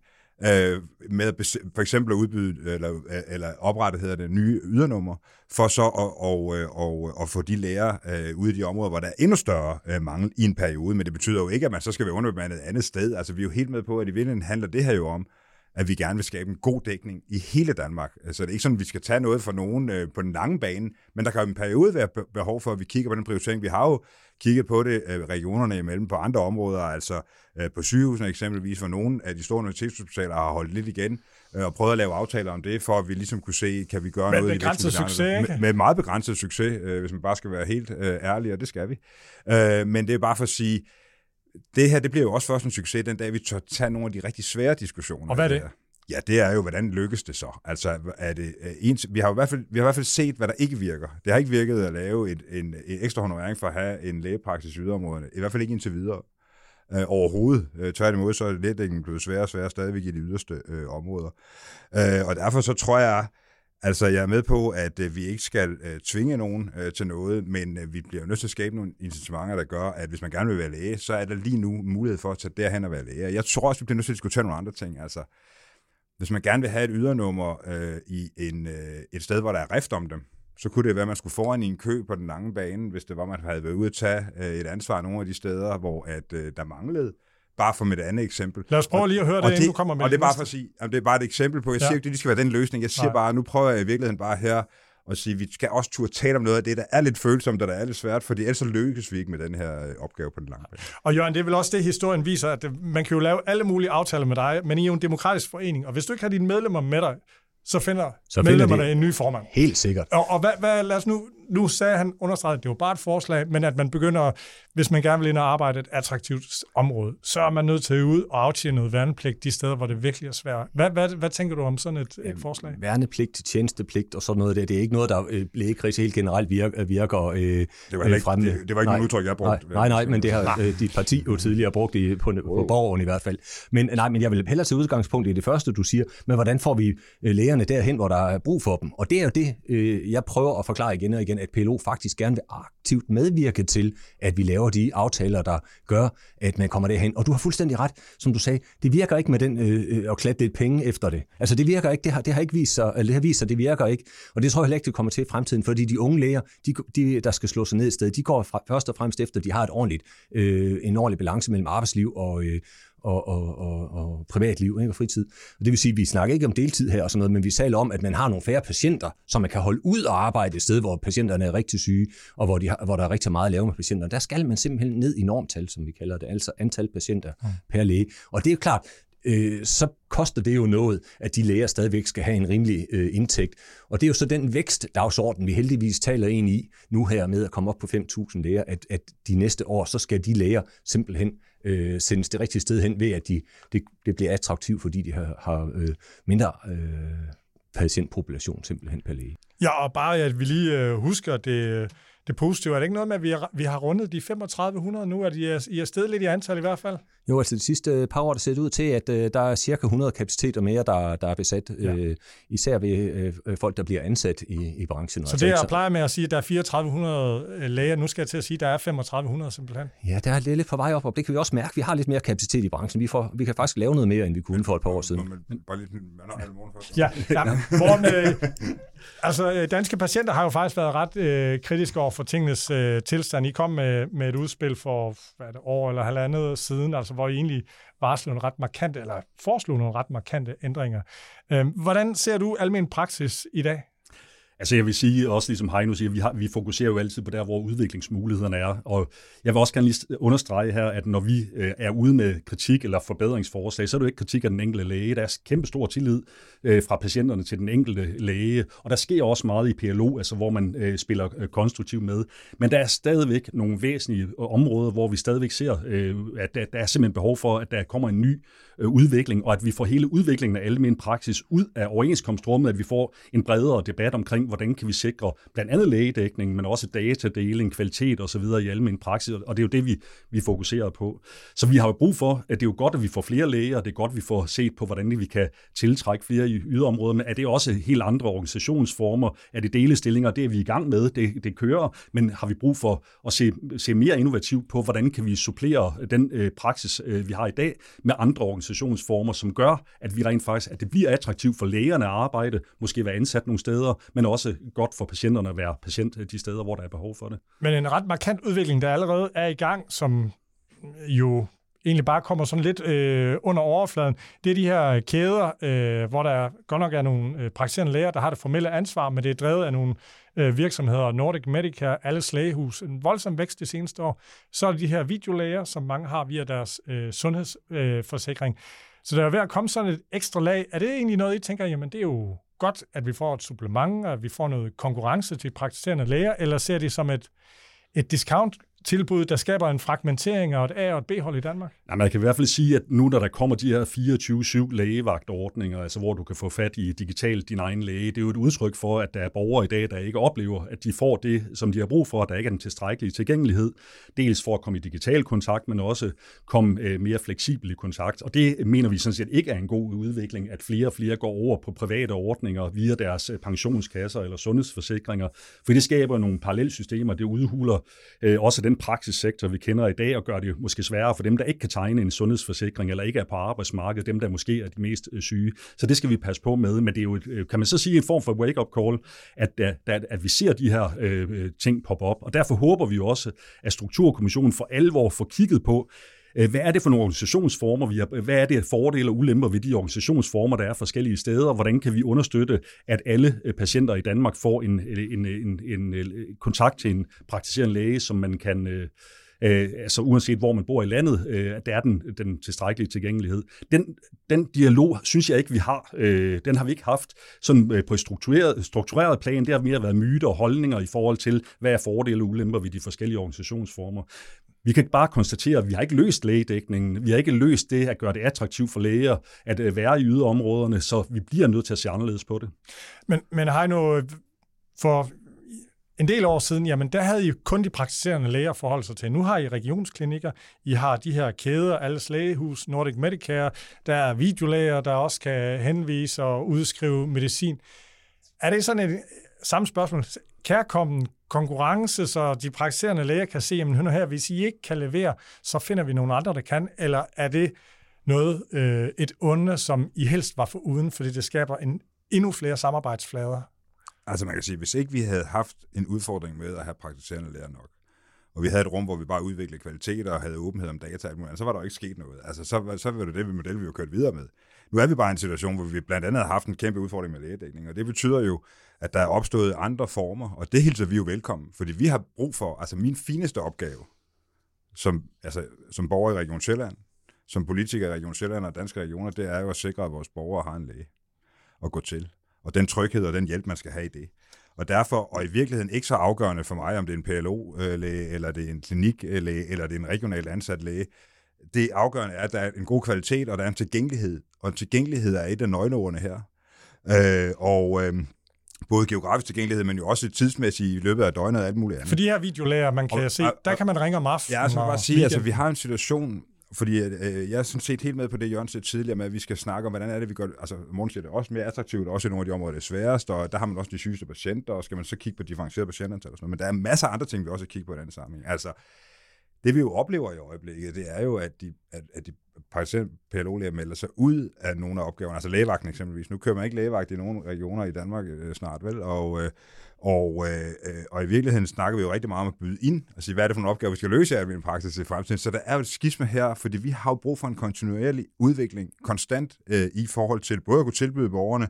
Speaker 6: med for eksempel at udbyde eller oprette nye ydernummer, for så at få de læger ude i de områder, hvor der er endnu større mangel i en periode. Men det betyder jo ikke, at man så skal være underbemandet et andet sted. Altså vi er jo helt med på, at i virkeligheden handler det her jo om, at vi gerne vil skabe en god dækning i hele Danmark. Altså det er ikke sådan, at vi skal tage noget fra nogen på den lange bane, men der kan jo en periode være behov for, at vi kigger på den prioritering. Vi har jo kigget på det regionerne imellem på andre områder, altså på sygehusene eksempelvis, hvor nogle af de store universitetshospitaler har holdt lidt igen og prøvet at lave aftaler om det, for at vi ligesom kunne se, kan vi gøre noget i
Speaker 4: væksten.
Speaker 6: Med meget begrænset succes, hvis man bare skal være helt ærlig, og det skal vi. Men det er bare for at sige, det her, det bliver jo også først en succes den dag, vi tør tage nogle af de rigtig svære diskussioner.
Speaker 4: Og hvad er det?
Speaker 6: Ja, det er jo, hvordan lykkes det så? Altså, vi har i hvert fald set, hvad der ikke virker. Det har ikke virket at lave en ekstra honorering for at have en lægepraksis i yderområderne. I hvert fald ikke indtil videre overhovedet. Tværtimod, så er lægedækningen blevet sværere og sværere stadigvæk i de yderste områder. Og derfor så tror jeg, altså jeg er med på, at vi ikke skal tvinge nogen til noget, men vi bliver nødt til at skabe nogle incitamenter, der gør, at hvis man gerne vil være læge, så er der lige nu mulighed for at tage derhen og være læge. Jeg tror også, vi bliver nødt til at diskutere nogle andre ting. Altså, hvis man gerne vil have et ydernummer i et sted, hvor der er rift om dem, så kunne det være, at man skulle foran i en kø på den lange bane, hvis det var, man havde været ude at tage et ansvar nogle af de steder, hvor der manglede. Bare for mit andet eksempel.
Speaker 4: Lad os prøve lige at høre det, inden du kommer med
Speaker 6: og det. Er bare for at sige, det er bare et eksempel på, jeg siger ikke, det skal være den løsning. Jeg siger bare, nu prøver jeg i virkeligheden bare her at sige, vi skal også turde tale om noget af det, der er lidt følsomt, og der er lidt svært, fordi ellers så lykkes vi ikke med den her opgave på den lange bane.
Speaker 4: Og Jørgen, det er vel også det, historien viser, at man kan jo lave alle mulige aftaler med dig, men I er jo en demokratisk forening, og hvis du ikke har dine medlemmer med dig, så finder medlemmerne en ny formand.
Speaker 5: Helt sikkert.
Speaker 4: Og hvad lad os nu sagde han understreget, at det var bare et forslag, men at man begynder, hvis man gerne vil ind og arbejde et attraktivt område, så er man nødt til at ud og aftjene noget værnepligt de steder, hvor det virkelig er svært. Hvad tænker du om sådan et forslag?
Speaker 5: Værnepligt, tjenestepligt og sådan noget der, det er ikke noget, der lægekrise helt generelt virker fremme.
Speaker 6: Det var ikke noget udtryk, jeg brugte.
Speaker 5: Nej, men det har dit parti jo tidligere brugt på borgeren i hvert fald. Men jeg vil hellere til udgangspunkt i det første, du siger, men hvordan får vi lægerne derhen, hvor der er brug for dem? Og det er jo det, jeg prøver at forklare igen og igen, at PLO faktisk gerne vil aktivt medvirke til, at vi laver de aftaler, der gør, at man kommer derhen. Og du har fuldstændig ret, som du sagde, det virker ikke med den at klappe lidt penge efter det. Altså det virker ikke, det har ikke vist sig, eller det har vist sig, det virker ikke. Og det tror jeg heller ikke, det kommer til i fremtiden, fordi de unge læger, de der skal slå sig ned et sted, de går først og fremmest efter, at de har en ordentlig balance mellem arbejdsliv og privatliv, ikke, og fritid. Og det vil sige, at vi snakker ikke om deltid her og sådan noget, men vi taler om, at man har nogle færre patienter, som man kan holde ud og arbejde et sted, hvor patienterne er rigtig syge, og hvor der er rigtig meget at lave med patienter. Der skal man simpelthen ned i normtal, som vi kalder det, altså antal patienter per læge. Og det er jo klart, så koster det jo noget, at de læger stadigvæk skal have en rimelig indtægt. Og det er jo så den vækstdagsorden, vi heldigvis taler ind i nu her med at komme op på 5.000 læger, at de næste år, så skal de læger simpelthen sendes det rigtige sted hen ved, at det bliver attraktivt, fordi de har mindre patientpopulation simpelthen per læge.
Speaker 4: Ja, og bare at vi lige husker det positive. Er det ikke noget med, at vi har rundet de 3500 nu? I er steget lidt i antal i hvert fald?
Speaker 5: Jo, altså de sidste par år der ser det ud til, at der er cirka 100 kapaciteter mere, der er besat. Ja. Især ved folk, der bliver ansat i branchen.
Speaker 4: Så det, jeg plejer med at sige, at der er 3400 læger. Nu skal jeg til at sige, at der er 3500 simpelthen.
Speaker 5: Ja, der er lidt på vej op, og det kan vi også mærke. Vi har lidt mere kapacitet i branchen. Vi kan faktisk lave noget mere, end vi kunne for et par år siden.
Speaker 4: Ja. Altså, Danske Patienter har jo faktisk været ret kritiske over for tingenes tilstand. I kom med et udspil for et år eller halvandet siden, altså hvor I egentlig foreslog nogle ret markante ændringer. Hvordan ser du almen praksis i dag?
Speaker 7: Altså jeg vil sige, også ligesom Heino siger, vi fokuserer jo altid på der, hvor udviklingsmulighederne er. Og jeg vil også gerne lige understrege her, at når vi er ude med kritik eller forbedringsforslag, så er det jo ikke kritik af den enkelte læge. Der er kæmpe stor tillid fra patienterne til den enkelte læge. Og der sker også meget i PLO, altså hvor man spiller konstruktivt med. Men der er stadigvæk nogle væsentlige områder, hvor vi stadigvæk ser, at der er simpelthen behov for, at der kommer en ny udvikling, og at vi får hele udviklingen af almen praksis ud af overenskomstrummet, at vi får en bredere debat omkring, hvordan kan vi sikre blandt andet lægedækning, men også datadeling, kvalitet osv. i almen praksis, og det er jo det, vi fokuserer på. Så vi har jo brug for, at det er jo godt, at vi får flere læger, og det er godt, at vi får set på, hvordan vi kan tiltrække flere i yderområderne, men er det også helt andre organisationsformer? Er det delestillinger? Det er vi i gang med, det kører, men har vi brug for at se mere innovativt på, hvordan kan vi supplere den praksis, vi har i dag, med andre organisationsformer, som gør, at vi rent faktisk, at det bliver attraktivt for lægerne at arbejde, måske være ansat nogle steder, men også godt for patienterne at være patient de steder, hvor der er behov for det.
Speaker 4: Men en ret markant udvikling, der allerede er i gang, som jo egentlig bare kommer sådan lidt under overfladen, det er de her kæder, hvor der godt nok er nogle praktiserende læger, der har det formelle ansvar, men det er drevet af nogle virksomheder, Nordic Medicare, Alles Lægehus, en voldsom vækst det seneste år. Så er det de her videolæger, som mange har via deres sundhedsforsikring. Så der er ved at komme sådan et ekstra lag. Er det egentlig noget, I tænker, jamen det er jo godt, at vi får et supplement, at vi får noget konkurrence til praktiserende læger, eller ser de som et discount-tilbud, der skaber en fragmentering og et A- og et B-hold i Danmark?
Speaker 7: Nej, man kan i hvert fald sige, at nu når der kommer de her 24/7 lægevagtordninger, altså hvor du kan få fat i digitalt din egen læge, det er jo et udtryk for, at der er borgere i dag, der ikke oplever, at de får det, som de har brug for, at der ikke er den tilstrækkelige tilgængelighed, dels for at komme i digital kontakt, men også komme mere fleksibel i kontakt. Og det mener vi sådan set ikke er en god udvikling, at flere og flere går over på private ordninger via deres pensionskasser eller sundhedsforsikringer, for det skaber nogle parallelsystemer, det udhuler også den praksissektor, vi kender i dag, og gør det måske sværere for dem, der ikke kan tegne en sundhedsforsikring, eller ikke er på arbejdsmarkedet, dem, der måske er de mest syge. Så det skal vi passe på med, men det er jo, kan man så sige, en form for wake-up call, at vi ser de her ting poppe op, og derfor håber vi jo også, at Strukturkommissionen for alvor får kigget på, hvad er det for nogle organisationsformer, hvad er det fordele og ulemper ved de organisationsformer, der er forskellige steder, og hvordan kan vi understøtte, at alle patienter i Danmark får en kontakt til en praktiserende læge, som man kan, altså uanset hvor man bor i landet, at der er den tilstrækkelige tilgængelighed. Den dialog synes jeg ikke, vi har. Den har vi ikke haft sådan på et struktureret plan. Det har mere været myter og holdninger i forhold til, hvad er fordele og ulemper ved de forskellige organisationsformer. Vi kan bare konstatere, at vi har ikke løst lægedækningen. Vi har ikke løst det at gøre det attraktivt for læger at være i yderområderne, så vi bliver nødt til at se anderledes på det.
Speaker 4: Men Heino, for en del år siden, jamen der havde I kun de praktiserende læger forholdt sig til. Nu har I regionsklinikker, I har de her kæder, Alles Lægehus, Nordic Medicare, der er videolæger, der også kan henvise og udskrive medicin. Er det sådan et samme spørgsmål? Kan komme konkurrence, så de praktiserende læger kan se, jamen her, hvis I ikke kan levere, så finder vi nogle andre, der kan, eller er det noget, et onde, som I helst var foruden, fordi det skaber endnu flere samarbejdsflader?
Speaker 6: Altså man kan sige, hvis ikke vi havde haft en udfordring med at have praktiserende læger nok, og vi havde et rum, hvor vi bare udviklede kvalitet og havde åbenhed om data, så var der ikke sket noget. Altså så var det model, vi har kørt videre med. Nu er vi bare i en situation, hvor vi blandt andet har haft en kæmpe udfordring med lægedækning, og det betyder jo, at der er opstået andre former, og det hilser vi jo velkommen, fordi vi har brug for, altså min fineste opgave, som borger i Region Sjælland, som politikere i Region Sjælland og Danske Regioner, det er jo at sikre, at vores borgere har en læge at gå til. Og den tryghed og den hjælp, man skal have i det. Og derfor, og i virkeligheden ikke så afgørende for mig, om det er en PLO-læge, eller det er en kliniklæge, eller det er en regionalt ansat læge. Det afgørende er, at der er en god kvalitet, og der er en tilgængelighed. Og tilgængelighed er et af nøgleordene her. Både geografisk tilgængelighed, men jo også tidsmæssigt i løbet af døgnet og alt muligt andet.
Speaker 4: For de her videolæger, man kan se, der kan man ringe om aftenen.
Speaker 6: Ja, så bare sige, altså vi har en situation, fordi jeg er sådan set helt med på det, Jørgen sagde tidligere med, at vi skal snakke om, hvordan er det, vi gør det. Altså, morgen siger det også mere attraktivt, også i nogle af de områder, det er sværest, og der har man også de sygeste patienter, og skal man så kigge på differentieret patientantal og sådan noget. Men der er masser af andre ting, vi også kigger på i den sammenhæng. Altså, det vi jo oplever i øjeblikket, det er jo, at de PLO-læger melder sig ud af nogle af opgaverne, altså lægevagten eksempelvis. Nu kører man ikke lægevagt i nogle regioner i Danmark snart, vel? Og i virkeligheden snakker vi jo rigtig meget om at byde ind, og sige, hvad er det for en opgave, vi skal løse af min praksis i fremtiden. Så der er jo et skisme her, fordi vi har jo brug for en kontinuerlig udvikling, konstant i forhold til både at kunne tilbyde borgerne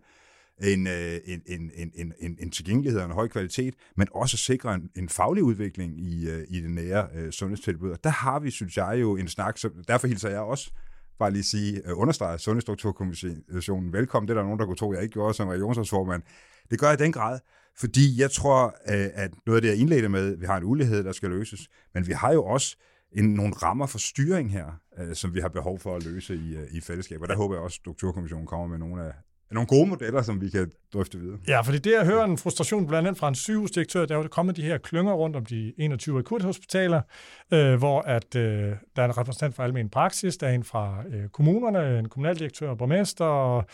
Speaker 6: en tilgængelighed og en høj kvalitet, men også sikre en faglig udvikling i det nære sundhedstilbud. Og der har vi, synes jeg, jo en snak, så derfor hilser jeg også bare lige sige, understrege Sundhedsstrukturkommissionen velkommen. Det er der nogen, der kunne tro, jeg ikke gjorde som regionsrådsformand. Det gør jeg i den grad, fordi jeg tror, at noget af det, jeg indledte med, vi har en ulighed, der skal løses, men vi har jo også nogle rammer for styring her, som vi har behov for at løse i fællesskab. Og der håber jeg også, at Strukturkommissionen kommer med nogle gode modeller, som vi kan drøfte videre.
Speaker 4: Ja, fordi det, jeg hører en frustration blandt andet fra en sygehusdirektør, der er jo kommet de her klynger rundt om de 21 akuthospitaler, hvor at, der er en repræsentant fra almen praksis, der er en fra kommunerne, en kommunaldirektør og borgmester,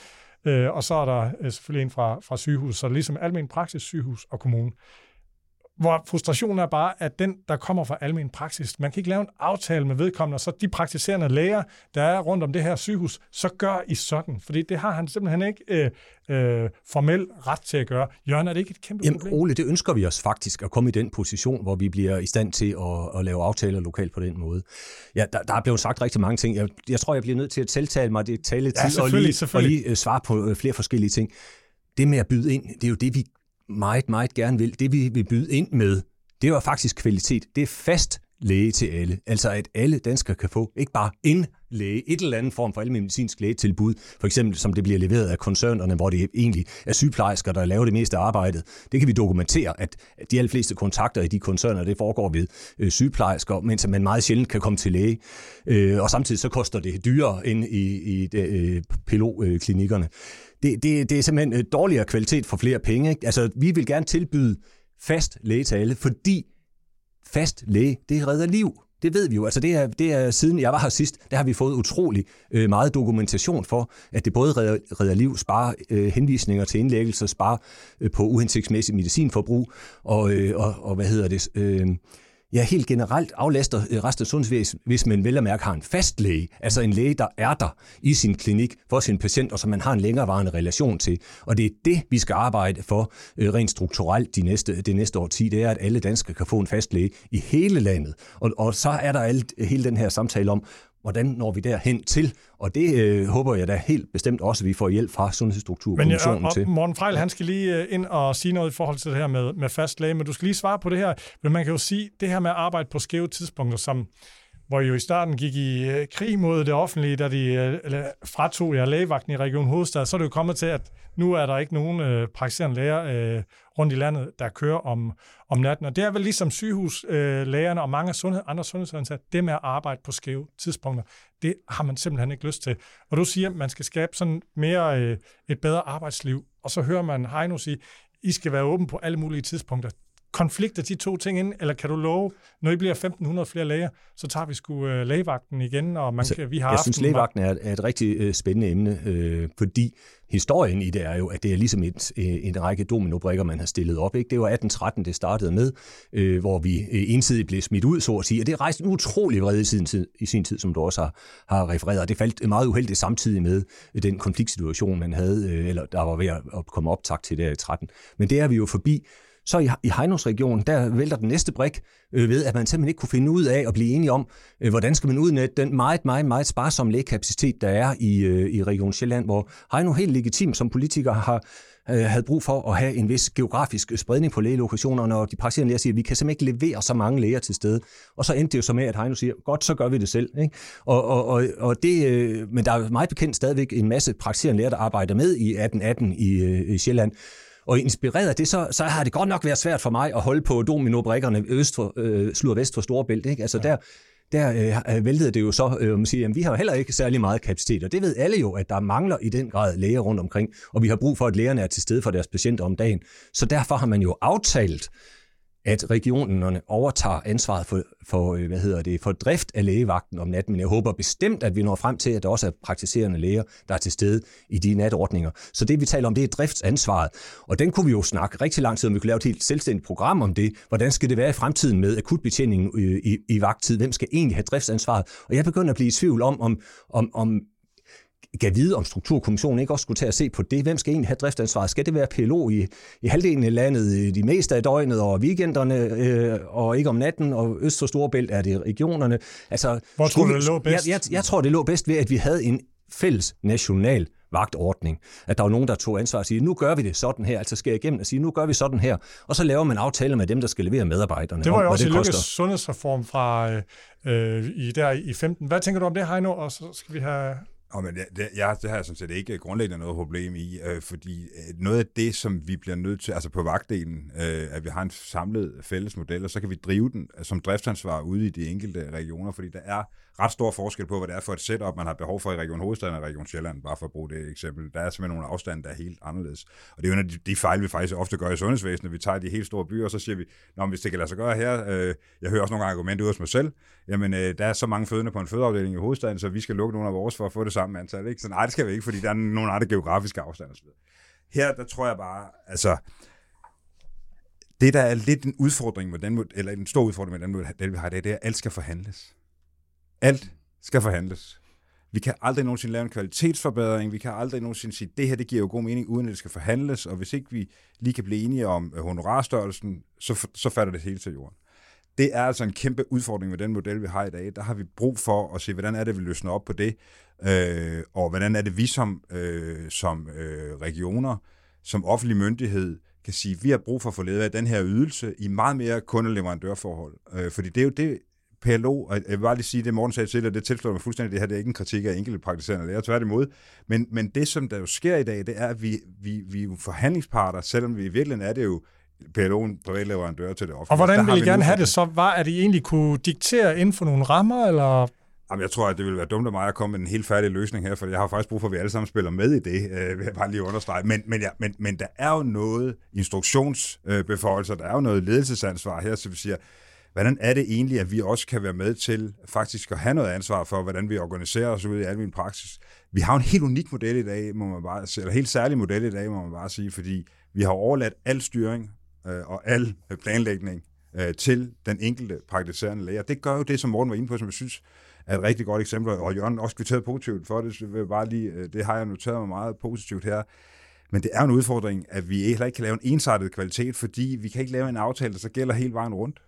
Speaker 4: og så er der selvfølgelig en fra sygehus, så ligesom almen praksis, sygehus og kommune. Hvor frustrationen er bare, at den, der kommer fra almen praksis, man kan ikke lave en aftale med vedkommende, og så de praktiserende læger, der er rundt om det her sygehus, så gør I sådan. Fordi det har han simpelthen ikke formel ret til at gøre. Jørgen, er det ikke et kæmpe problem?
Speaker 5: Jamen, Ole, det ønsker vi os faktisk at komme i den position, hvor vi bliver i stand til at lave aftaler lokalt på den måde. Ja, der er blevet sagt rigtig mange ting. Jeg tror, jeg bliver nødt til at tiltale mig det taletid og lige svare på flere forskellige ting. Det med at byde ind, det er jo det, vi meget, meget gerne vil. Det, vi vil byde ind med, det er faktisk kvalitet. Det er fast læge til alle. Altså, at alle danskere kan få ikke bare en læge, et eller andet form for almenmedicinsk lægetilbud, for eksempel som det bliver leveret af koncernerne, hvor det egentlig er sygeplejersker, der laver det meste af arbejdet. Det kan vi dokumentere, at de allerfleste kontakter i de koncerner, det foregår ved sygeplejersker, mens man meget sjældent kan komme til læge. Og samtidig så koster det dyrere end i PLO-klinikkerne. Det er simpelthen dårligere kvalitet for flere penge. Ikke? Altså, vi vil gerne tilbyde fast læge til alle, fordi fast læge, det redder liv. Det ved vi jo. Altså det er siden jeg var her sidst, der har vi fået utrolig meget dokumentation for, at det både redder liv, sparer henvisninger til indlæggelser, sparer på uhensigtsmæssig medicinforbrug og hvad hedder det... helt generelt aflaster resten af sundhedsvæsenet, hvis man vel at mærke har en fast læge, altså en læge, der er der i sin klinik for sin patient, og som man har en længerevarende relation til. Og det er det, vi skal arbejde for rent strukturelt det næste årti, det er, at alle danskere kan få en fast læge i hele landet. Og så er der hele den her samtale om, hvordan når vi derhen til? Og det håber jeg da helt bestemt også, at vi får hjælp fra Sundhedsstrukturkommissionen til.
Speaker 4: Morten Frejl, han skal lige ind og sige noget i forhold til det her med fast læge, men du skal lige svare på det her. Men man kan jo sige, det her med at arbejde på skæve tidspunkter, hvor I jo i starten gik i krig mod det offentlige, da de fratog jer lægevagten i Region Hovedstad, så er det jo kommet til, at nu er der ikke nogen praktiserende læger rundt i landet, der kører om natten. Og det er vel ligesom sygehuslægerne og mange andre sundhedsansatte, det med at arbejde på skæve tidspunkter, det har man simpelthen ikke lyst til. Og du siger, at man skal skabe sådan mere et bedre arbejdsliv, og så hører man Heino sige, I skal være åben på alle mulige tidspunkter. Konflikter de to ting ind, eller kan du love, når I bliver 1.500 flere læger, så tager vi sgu lægevagten igen, og vi har
Speaker 5: Jeg synes, lægevagten er et rigtig spændende emne, fordi historien i det er jo, at det er ligesom en række dominobrikker, man har stillet op. Ikke? Det var 1813, det startede med, hvor vi ensidigt blev smidt ud, så at sige, og det rejste en utrolig vrede i sin tid, som du også har refereret, og det faldt meget uheldigt samtidig med den konfliktsituation, man havde, eller der var ved at komme optakt til der i 13. Men det er vi jo forbi. Så i Heinos-regionen, der vælter den næste brik ved, at man simpelthen ikke kunne finde ud af at blive enige om, hvordan skal man udnytte den meget, meget, meget sparsomme lægekapacitet, der er i Region Sjælland, hvor Heino helt legitimt som politiker havde brug for at have en vis geografisk spredning på lægelokationer, når de praktiserende læger siger, at vi kan simpelthen ikke levere så mange læger til stede. Og så endte det jo så med, at Heino siger, godt, så gør vi det selv. Ikke? Men der er meget bekendt stadigvæk en masse praktiserende læger, der arbejder med i 1818 i Sjælland. Og inspireret af det, så har det godt nok været svært for mig at holde på dominobrikkerne syd og vest for Storebælt. Ikke? Altså der væltede det jo så, man siger, jamen, vi har heller ikke særlig meget kapacitet, og det ved alle jo, at der mangler i den grad læger rundt omkring, og vi har brug for, at lægerne er til stede for deres patienter om dagen. Så derfor har man jo aftalt, at regionerne overtager ansvaret for drift af lægevagten om natten, men jeg håber bestemt, at vi når frem til, at der også er praktiserende læger, der er til stede i de natordninger. Så det, vi taler om, det er driftsansvaret, og den kunne vi jo snakke rigtig lang tid om. Vi kunne lave et helt selvstændigt program om det. Hvordan skal det være i fremtiden med akutbetjeningen i vagttid? Hvem skal egentlig have driftsansvaret? Og jeg begynder at blive i tvivl om gav vide, om Strukturkommissionen ikke også skulle tage at se på det. Hvem skal egentlig have driftsansvaret? Skal det være PLO i halvdelen af landet, de meste af døgnet og weekenderne, og ikke om natten, og øst for Storebælt er det regionerne? Altså,
Speaker 4: hvor tror du, det lå bedst?
Speaker 5: Jeg tror, det lå bedst ved, at vi havde en fælles national vagtordning. At der var nogen, der tog ansvar og sige, nu gør vi det sådan her, altså skal jeg igennem og sige, nu gør vi sådan her, og så laver man aftaler med dem, der skal levere medarbejderne.
Speaker 4: Det var jo også en Lykkes sundhedsreform fra i 15. Hvad tænker du om det, Heino? Og så skal vi have...
Speaker 6: Men det har jeg sådan set ikke grundlæggende noget problem i, fordi noget af det, som vi bliver nødt til, altså på vagtdelen, at vi har en samlet fælles model, og så kan vi drive den som driftsansvar ude i de enkelte regioner, fordi der er ret stor forskel på, hvad det er for et setup, man har behov for i Region Hovedstaden og Region Sjælland, bare for at bruge det eksempel. Der er simpelthen nogle afstande, der er helt anderledes. Og det er jo en af de fejl, vi faktisk ofte gør i sundhedsvæsenet. Vi tager de helt store byer, og så siger vi, hvis det kan lade sig gøre her, jeg hører også nogle argumenter ud hos mig selv, jamen der er så mange fødende på en fødeafdeling i hovedstaden, så vi skal lukke nogle af vores for at få det samme antal. Ikke? Så nej, det skal vi ikke, fordi der er nogle andre geografiske afstande osv. Her, der tror jeg bare, altså, det der er lidt en udfordring med den, eller en stor udfordring med den model, vi har, det er, at alt skal forhandles. Alt skal forhandles. Vi kan aldrig nogensinde lave en kvalitetsforbedring, vi kan aldrig nogensinde sige, det her, det giver jo god mening, uden at det skal forhandles, og hvis ikke vi lige kan blive enige om honorarstørrelsen, så falder det hele til jorden. Det er altså en kæmpe udfordring med den model, vi har i dag. Der har vi brug for at se, hvordan er det, vi løsner op på det, og hvordan er det, vi som regioner, som offentlig myndighed, kan sige, vi har brug for at få ledet af den her ydelse i meget mere kundeleverandørforhold. Fordi det er jo det, PLO, og jeg vil bare lige sige det, Morten sagde til, og det tilslår mig fuldstændig, det her det er ikke en kritik af enkelte praktiserende læger, tværtimod. Men det, som der jo sker i dag, det er, at vi er jo forhandlingsparter, selvom vi i virkeligheden er det jo PLO'en privatleverandør til det offentlige.
Speaker 4: Og hvordan vil I gerne have det så? At I egentlig kunne diktere inden for nogle rammer, eller...
Speaker 6: Jamen, jeg tror, at det ville være dumt af mig at komme med en helt færdig løsning her, for jeg har faktisk brug for, at vi alle sammen spiller med i det, vil jeg bare lige understrege. Men der er jo noget instruktionsbeføjelser, der er jo noget ledelsesansvar her, så vi siger, hvordan er det egentlig, at vi også kan være med til faktisk at have noget ansvar for, hvordan vi organiserer os ud i almen praksis. Vi har en helt unik model i dag, må man bare sige, eller helt særlig model i dag, må man bare sige, fordi vi har overladt al styring og al planlægning til den enkelte praktiserende læge. Det gør jo det, som Morten var inde på, som jeg synes er et rigtig godt eksempel, og Jørgen også kvitteret positivt for det, så vil jeg bare lige, det har jeg noteret mig meget positivt her. Men det er en udfordring, at vi heller ikke kan lave en ensartet kvalitet, fordi vi kan ikke lave en aftale, der så gælder hele vejen rundt.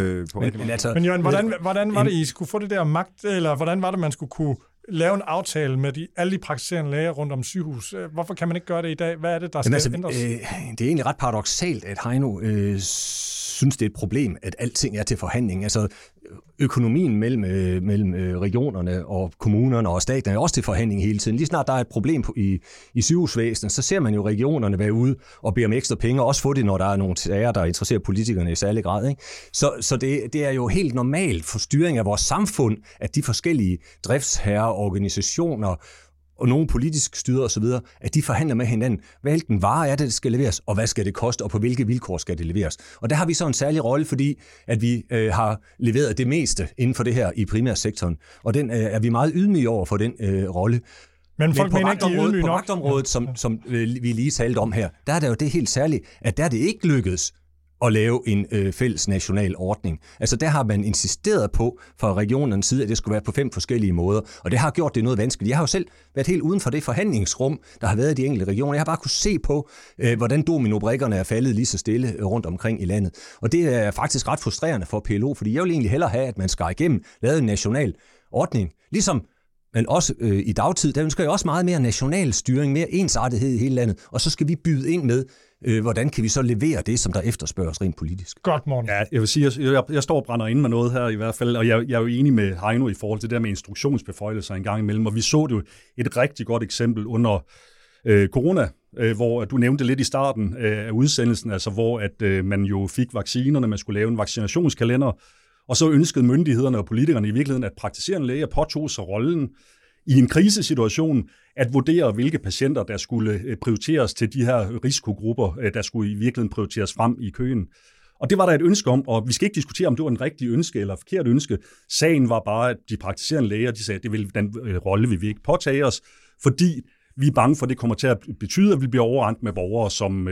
Speaker 4: Men Jørgen, hvordan var det, I skulle få det der magt, eller hvordan var det, man skulle kunne lave en aftale med alle de praktiserende læger rundt om sygehus? Hvorfor kan man ikke gøre det i dag? Hvad er det, der skal ændres?
Speaker 5: Det er egentlig ret paradoksalt, at Heino synes, det er et problem, at alting er til forhandling. Altså, økonomien mellem regionerne og kommunerne og staten er også til forhandling hele tiden. Lige snart der er et problem i sygehusvæsenet, så ser man jo regionerne være ude og bede om ekstra penge, og også få det, når der er nogle sager, der interesserer politikerne i særlig grad. Ikke? Så det er jo helt normalt for styring af vores samfund, at de forskellige driftsherrer, organisationer og nogle politisk styre osv., at de forhandler med hinanden, hvilken vare er det, der skal leveres, og hvad skal det koste, og på hvilke vilkår skal det leveres. Og der har vi så en særlig rolle, fordi at vi har leveret det meste inden for det her i primærsektoren, og den er vi meget ydmyge over for den rolle.
Speaker 4: Men folk mener ikke, de er ydmyge nok.
Speaker 5: På magtområdet, som vi lige talte om her, der er det jo det helt særligt, at der er det ikke lykkedes at lave en fælles national ordning. Altså der har man insisteret på fra regionernes side, at det skulle være på 5 forskellige måder, og det har gjort det noget vanskeligt. Jeg har jo selv været helt uden for det forhandlingsrum, der har været i de enkelte regioner. Jeg har bare kunne se på, hvordan dominobrikkerne er faldet lige så stille rundt omkring i landet. Og det er faktisk ret frustrerende for PLO, fordi jeg vil egentlig hellere have, at man skar igennem, lavede en national ordning, ligesom men også i dagtid, der ønsker jeg også meget mere national styring, mere ensartethed i hele landet, og så skal vi byde ind med, hvordan kan vi så levere det, som der efterspørges rent politisk.
Speaker 4: Godt, Morten.
Speaker 7: Ja, jeg vil sige, jeg står og brænder ind med noget her i hvert fald, og jeg er jo enig med Heino i forhold til det der med instruktionsbeføjelser en gang imellem, og vi så det jo et rigtig godt eksempel under corona, hvor du nævnte lidt i starten af udsendelsen, altså hvor at man jo fik vaccinerne, man skulle lave en vaccinationskalender, og så ønskede myndighederne og politikerne i virkeligheden, at praktiserende læger påtog sig rollen i en krisesituation at vurdere, hvilke patienter, der skulle prioriteres til de her risikogrupper, der skulle i virkeligheden prioriteres frem i køen. Og det var der et ønske om, og vi skal ikke diskutere, om det var en rigtig ønske eller forkert ønske. Sagen var bare, at de praktiserende læger, de sagde, at det vil den rolle, vi vil ikke påtage os, fordi vi er bange for, at det kommer til at betyde, at vi bliver overrendt med borgere,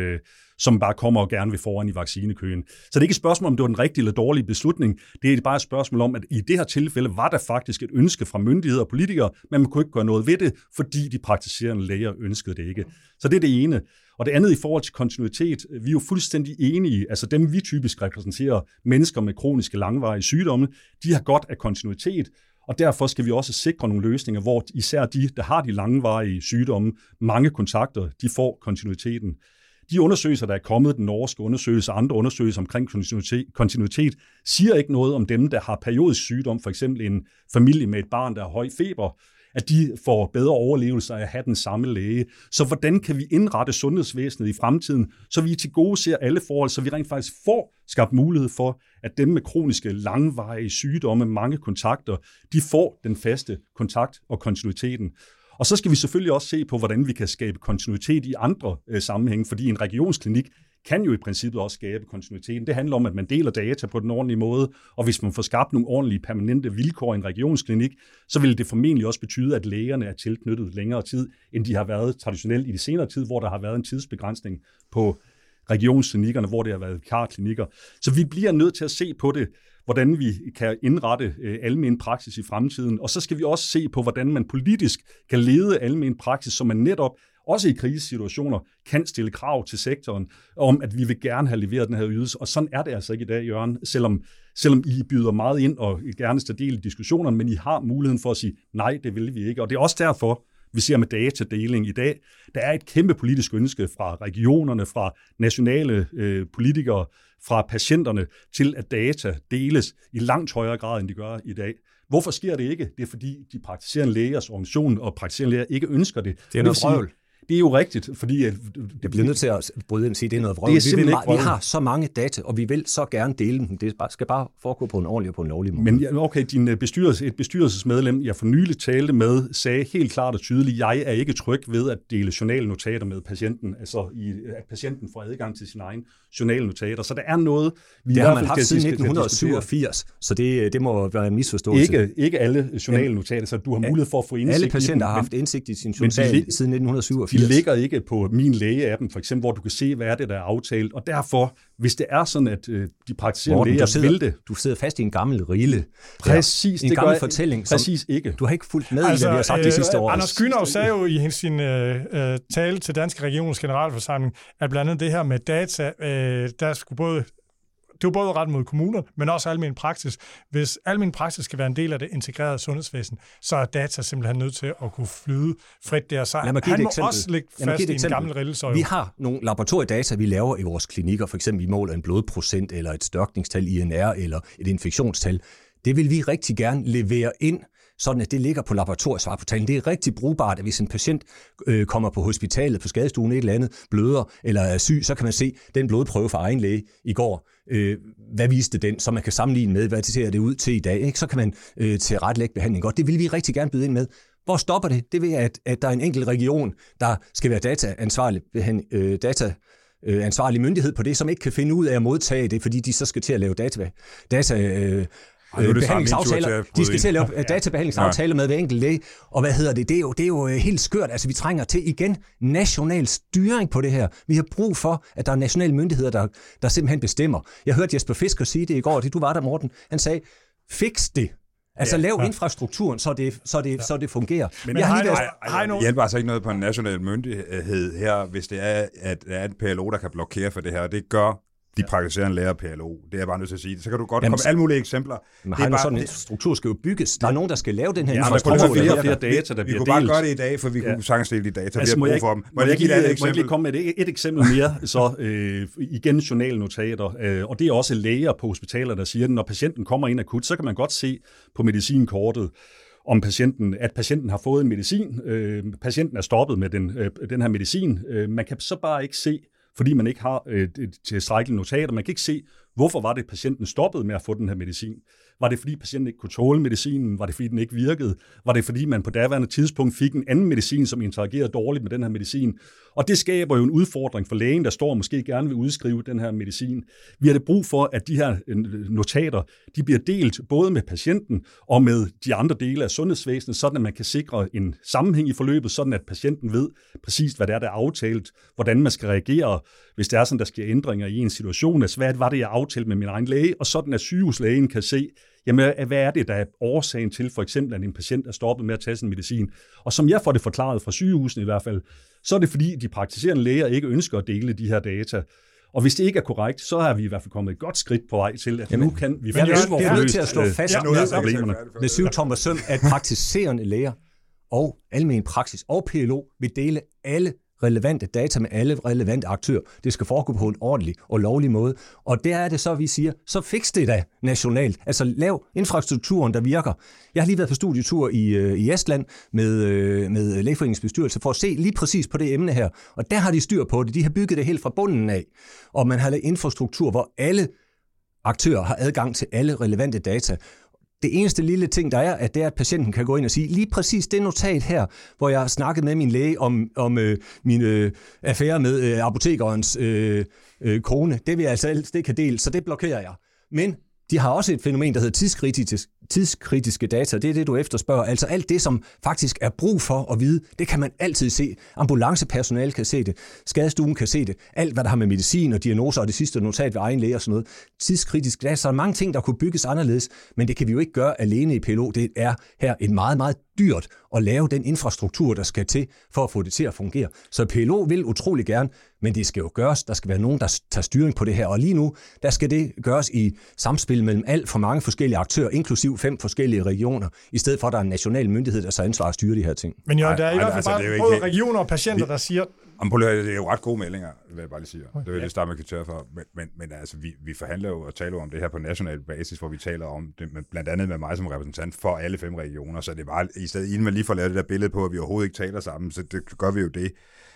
Speaker 7: som bare kommer og gerne vil foran i vaccinekøen. Så det er ikke et spørgsmål, om det var den rigtige eller dårlige beslutning. Det er bare et spørgsmål om, at i det her tilfælde var der faktisk et ønske fra myndigheder og politikere, men man kunne ikke gøre noget ved det, fordi de praktiserende læger ønskede det ikke. Så det er det ene. Og det andet i forhold til kontinuitet, vi er jo fuldstændig enige, altså dem vi typisk repræsenterer, mennesker med kroniske langvarige sygdomme, de har godt af kontinuitet, og derfor skal vi også sikre nogle løsninger, hvor især de, der har de langvarige sygdomme, mange kontakter, de får kontinuiteten. De undersøgelser, der er kommet, den norske undersøgelse og andre undersøgelser omkring kontinuitet, siger ikke noget om dem, der har periodisk sygdom, for eksempel en familie med et barn, der har høj feber, at de får bedre overlevelse af at have den samme læge. Så hvordan kan vi indrette sundhedsvæsenet i fremtiden, så vi til gode ser alle forhold, så vi rent faktisk får skabt mulighed for, at dem med kroniske, langvarige sygdomme, mange kontakter, de får den faste kontakt og kontinuiteten. Og så skal vi selvfølgelig også se på, hvordan vi kan skabe kontinuitet i andre sammenhænge, fordi en regionsklinik kan jo i princippet også skabe kontinuiteten. Det handler om, at man deler data på den ordentlige måde, og hvis man får skabt nogle ordentlige permanente vilkår i en regionsklinik, så vil det formentlig også betyde, at lægerne er tilknyttet længere tid, end de har været traditionelt i de senere tid, hvor der har været en tidsbegrænsning på regionsklinikkerne, hvor det har været vikarklinikker. Så vi bliver nødt til at se på det, hvordan vi kan indrette almen praksis i fremtiden, og så skal vi også se på, hvordan man politisk kan lede almen praksis, så man netop også i krisesituationer kan stille krav til sektoren om, at vi vil gerne have leveret den her ydelse. Og sådan er det altså ikke i dag, Jørgen, selvom I byder meget ind og gerne skal dele diskussionerne, men I har muligheden for at sige, nej, det vil vi ikke. Og det er også derfor, vi ser med datadeling i dag, der er et kæmpe politisk ønske fra regionerne, fra nationale politikere, fra patienterne, til at data deles i langt højere grad, end de gør i dag. Hvorfor sker det ikke? Det er fordi, de praktiserende lægers organisation og praktiserende læger ikke ønsker det.
Speaker 5: Det er noget vrøvl.
Speaker 7: Det er jo rigtigt, fordi
Speaker 5: det bliver nødt til at bryde ind og sige, at det er noget vrøvl. Vi har så mange data, og vi vil så gerne dele dem. Det skal bare foregå på en ordentlig og på en lovlig måde.
Speaker 7: Men okay, et bestyrelsesmedlem, jeg for nylig talte med, sagde helt klart og tydeligt, jeg er ikke tryg ved at dele journalnotater med patienten, altså at patienten får adgang til sine egne journalnotater. Så der er noget, vi
Speaker 5: det har man haft siden 1987, så det må være en misforståelse.
Speaker 7: Ikke alle journalnotater, så du har mulighed for at få indsigt.
Speaker 5: Alle patienter har haft indsigt i sin journal siden 1987.
Speaker 7: De ligger ikke på min læge-appen, for eksempel, hvor du kan se, hvad er det, der er aftalt. Og derfor, hvis det er sådan, at de praktiserende læger vil det...
Speaker 5: Du sidder fast i en gammel rille.
Speaker 7: Præcis.
Speaker 5: En gammel fortælling.
Speaker 7: Præcis ikke.
Speaker 5: Du har ikke fulgt med i, hvad vi har sagt de sidste år.
Speaker 4: Anders Kühnau sagde jo i sin tale til Danske Regioners Generalforsamling, at blandt andet det her med data, der skulle det var både ret mod kommuner, men også almen praksis. Hvis almen praksis skal være en del af det integrerede sundhedsvæsen, så er data simpelthen nødt til at kunne flyde frit der. Så han må også ligge fast i en gammel rille.
Speaker 5: Vi har nogle laboratoriedata, vi laver i vores klinikker. For eksempel, vi måler en blodprocent, eller et størkningstal, INR, eller et infektionstal. Det vil vi rigtig gerne levere ind, sådan at det ligger på laboratoriesvarportalen. Det er rigtig brugbart, at hvis en patient kommer på hospitalet, på skadestuen, et eller andet, bløder eller er syg, så kan man se den blodprøve fra egen læge i går. Hvad viste den, så man kan sammenligne med, hvad det ser det ud til i dag. Ikke? Så kan man tilrettelægge behandling godt. Det vil vi rigtig gerne byde ind med. Hvor stopper det? Det ved at der er en enkelt region, der skal være dataansvarlig myndighed på det, som ikke kan finde ud af at modtage det, fordi de så skal til at lave behandlingsaftaler. De skal til at lave databehandlingsaftaler med hver enkelt læge. Og det er jo helt skørt. Altså, vi trænger til igen national styring på det her. Vi har brug for, at der er nationale myndigheder, der simpelthen bestemmer. Jeg hørte Jesper Fisker sige det i går, du var der, Morten. Han sagde, fix det. Altså lav infrastrukturen, så det fungerer.
Speaker 6: Men jeg hjælper altså ikke noget på en national myndighed her, hvis det er, at der er et PLO, der kan blokere for det her. Det gør de praktiserende læger PLO. Det er jeg bare nødt til at sige. Så kan du godt komme alle mulige eksempler.
Speaker 5: Men har sådan en struktur skal jo bygges. Der er nogen, der skal lave den her infrastruktur.
Speaker 7: Der er flere data, der bliver delt.
Speaker 6: Vi kunne bare gøre det i dag, for vi kunne sagtens dele de data, vi har brug for dem.
Speaker 7: Må jeg ikke lige komme med et eksempel mere? Så igen journalnotater. Og det er også læger på hospitaler, der siger, at når patienten kommer ind akut, så kan man godt se på medicinkortet, om patienten har fået en medicin. Patienten er stoppet med den her medicin. Man kan så bare ikke se, fordi man ikke har tilstrækkelige notater. Man kan ikke se, hvorfor var det, patienten stoppede med at få den her medicin. Var det, fordi patienten ikke kunne tåle medicinen? Var det, fordi den ikke virkede? Var det, fordi man på daværende tidspunkt fik en anden medicin, som interagerede dårligt med den her medicin? Og det skaber jo en udfordring for lægen, der står og måske gerne vil udskrive den her medicin. Vi har det brug for, at de her notater, de bliver delt både med patienten og med de andre dele af sundhedsvæsenet, sådan at man kan sikre en sammenhæng i forløbet, sådan at patienten ved præcis, hvad det er, der er aftalt, hvordan man skal reagere, hvis det er sådan, der sker ændringer i en situation. Altså, hvad var det, jeg aftalte med min egen læge? Og sådan, at sygehuslægen kan se, jamen, hvad er det, der er årsagen til, for eksempel, at en patient er stoppet med at tage sin medicin? Og som jeg får det forklaret fra sygehusene i hvert fald, så er det fordi, de praktiserende læger ikke ønsker at dele de her data. Og hvis det ikke er korrekt, så har vi i hvert fald kommet et godt skridt på vej til, at nu kan vi
Speaker 5: finde nødt til at slå fast med 7 tommer søm, at praktiserende læger og almen praksis og PLO vil dele alle relevante data med alle relevante aktører. Det skal foregå på en ordentlig og lovlig måde. Og der er det så, vi siger, så fix det da nationalt. Altså lav infrastrukturen, der virker. Jeg har lige været på studietur i Estland med Lægeforeningens bestyrelse for at se lige præcis på det emne her. Og der har de styr på det. De har bygget det helt fra bunden af. Og man har lavet infrastruktur, hvor alle aktører har adgang til alle relevante data. Det eneste lille ting, der er, det er, at patienten kan gå ind og sige, lige præcis det notat her, hvor jeg har snakket med min læge om min affære med apotekerens kone, det vil jeg altså helst ikke have delt, så det blokerer jeg. Men de har også et fænomen, der hedder tidskritiske data. Det er det, du efterspørger. Altså alt det, som faktisk er brug for at vide, det kan man altid se. Ambulancepersonale kan se det. Skadestuen kan se det. Alt, hvad der har med medicin og diagnoser og det sidste notat ved egen læge og sådan noget. Tidskritiske data. Så er der mange ting, der kunne bygges anderledes, men det kan vi jo ikke gøre alene i PLO. Det er her et meget, meget dyrt at lave den infrastruktur, der skal til for at få det til at fungere. Så PLO vil utrolig gerne, men det skal jo gøres. Der skal være nogen, der tager styring på det her. Og lige nu, der skal det gøres i samspil mellem alt for mange forskellige aktører, inklusiv 5 forskellige regioner, i stedet for, at der er en national myndighed, der tager ansvar at styre de her ting.
Speaker 4: Men jo, der er i hvert fald bare både regioner og patienter, der siger...
Speaker 6: Det er jo ret gode meldinger, vil jeg bare lige sige. Det vil jeg starte med kriterier for. Men altså, vi forhandler jo og taler om det her på national basis, hvor vi taler om det, blandt andet med mig som repræsentant for alle 5 regioner. Så det er bare, i stedet, inden man lige får lavet det der billede på, at vi overhovedet ikke taler sammen, så det gør vi jo det.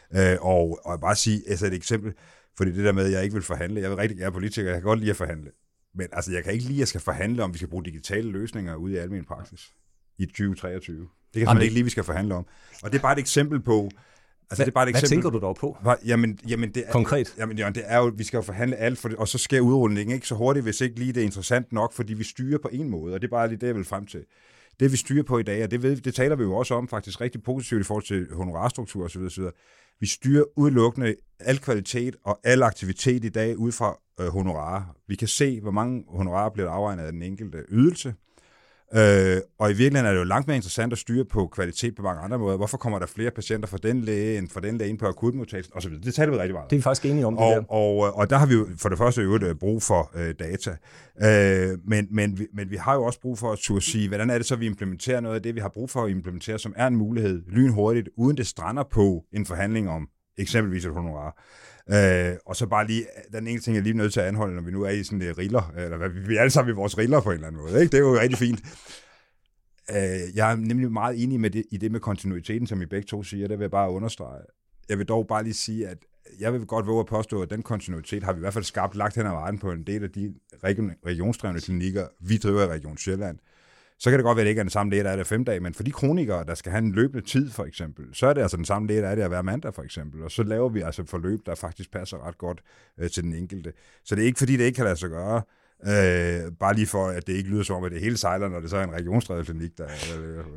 Speaker 6: Og bare sige, altså et eksempel, fordi det der med, at jeg ikke vil forhandle, jeg vil rigtig gerne politiker, jeg kan godt lide at forhandle. Men altså, jeg kan ikke lide, at jeg skal forhandle om, vi skal bruge digitale løsninger ude i almen praksis i 2023. Det kan man ikke lide, vi skal forhandle om. Og det er bare et eksempel på... Altså, det er bare et eksempel.
Speaker 5: Hvad tænker du dog på?
Speaker 6: Jamen, det er,
Speaker 5: konkret?
Speaker 6: Jamen, det er jo, vi skal jo forhandle alt, og så sker udrulningen ikke så hurtigt, hvis ikke lige det er interessant nok, fordi vi styrer på en måde, og det er bare lige det, jeg vil frem til. Det vi styrer på i dag, og det taler vi jo også om faktisk rigtig positivt i forhold til honorarstruktur osv. Vi styrer udelukkende al kvalitet og al aktivitet i dag ud fra honorarer. Vi kan se, hvor mange honorarer bliver afregnet af den enkelte ydelse. Og i virkeligheden er det jo langt mere interessant at styre på kvalitet på mange andre måder. Hvorfor kommer der flere patienter fra den læge end fra den læge ind på akutmodtagelsen osv.? Det taler vi rigtig meget om.
Speaker 5: Det er vi faktisk enige om.
Speaker 6: Og der har vi jo for det første jo brug for data. Men vi har jo også brug for at turde sige, hvordan er det så, vi implementerer noget af det, vi har brug for at implementere, som er en mulighed lynhurtigt, uden det strander på en forhandling om eksempelvis et honorar. Og så bare lige, den ene ting, jeg er lige nødt til at anholde, når vi nu er i sådan et riller, eller hvad, vi er alle sammen i vores riller på en eller anden måde, ikke? Det er jo rigtig fint. Jeg er nemlig meget enig med i det med kontinuiteten, som I begge to siger, det vil jeg bare understrege. Jeg vil dog bare lige sige, at jeg vil godt våge at påstå, at den kontinuitet har vi i hvert fald lagt hen ad vejen på en del af de regionsdrevne klinikker, vi driver i Region Sjælland. Så kan det godt være, at det ikke er den samme læge, der er der 5 dage, men for de kronikere, der skal have en løbende tid, for eksempel, så er det altså den samme læge, der er der hver mandag, for eksempel. Og så laver vi altså forløb, der faktisk passer ret godt til den enkelte. Så det er ikke, fordi det ikke kan lade sig gøre, bare lige for, at det ikke lyder som om, at det hele sejler, når det så er en regionsdrevet klinik, der er...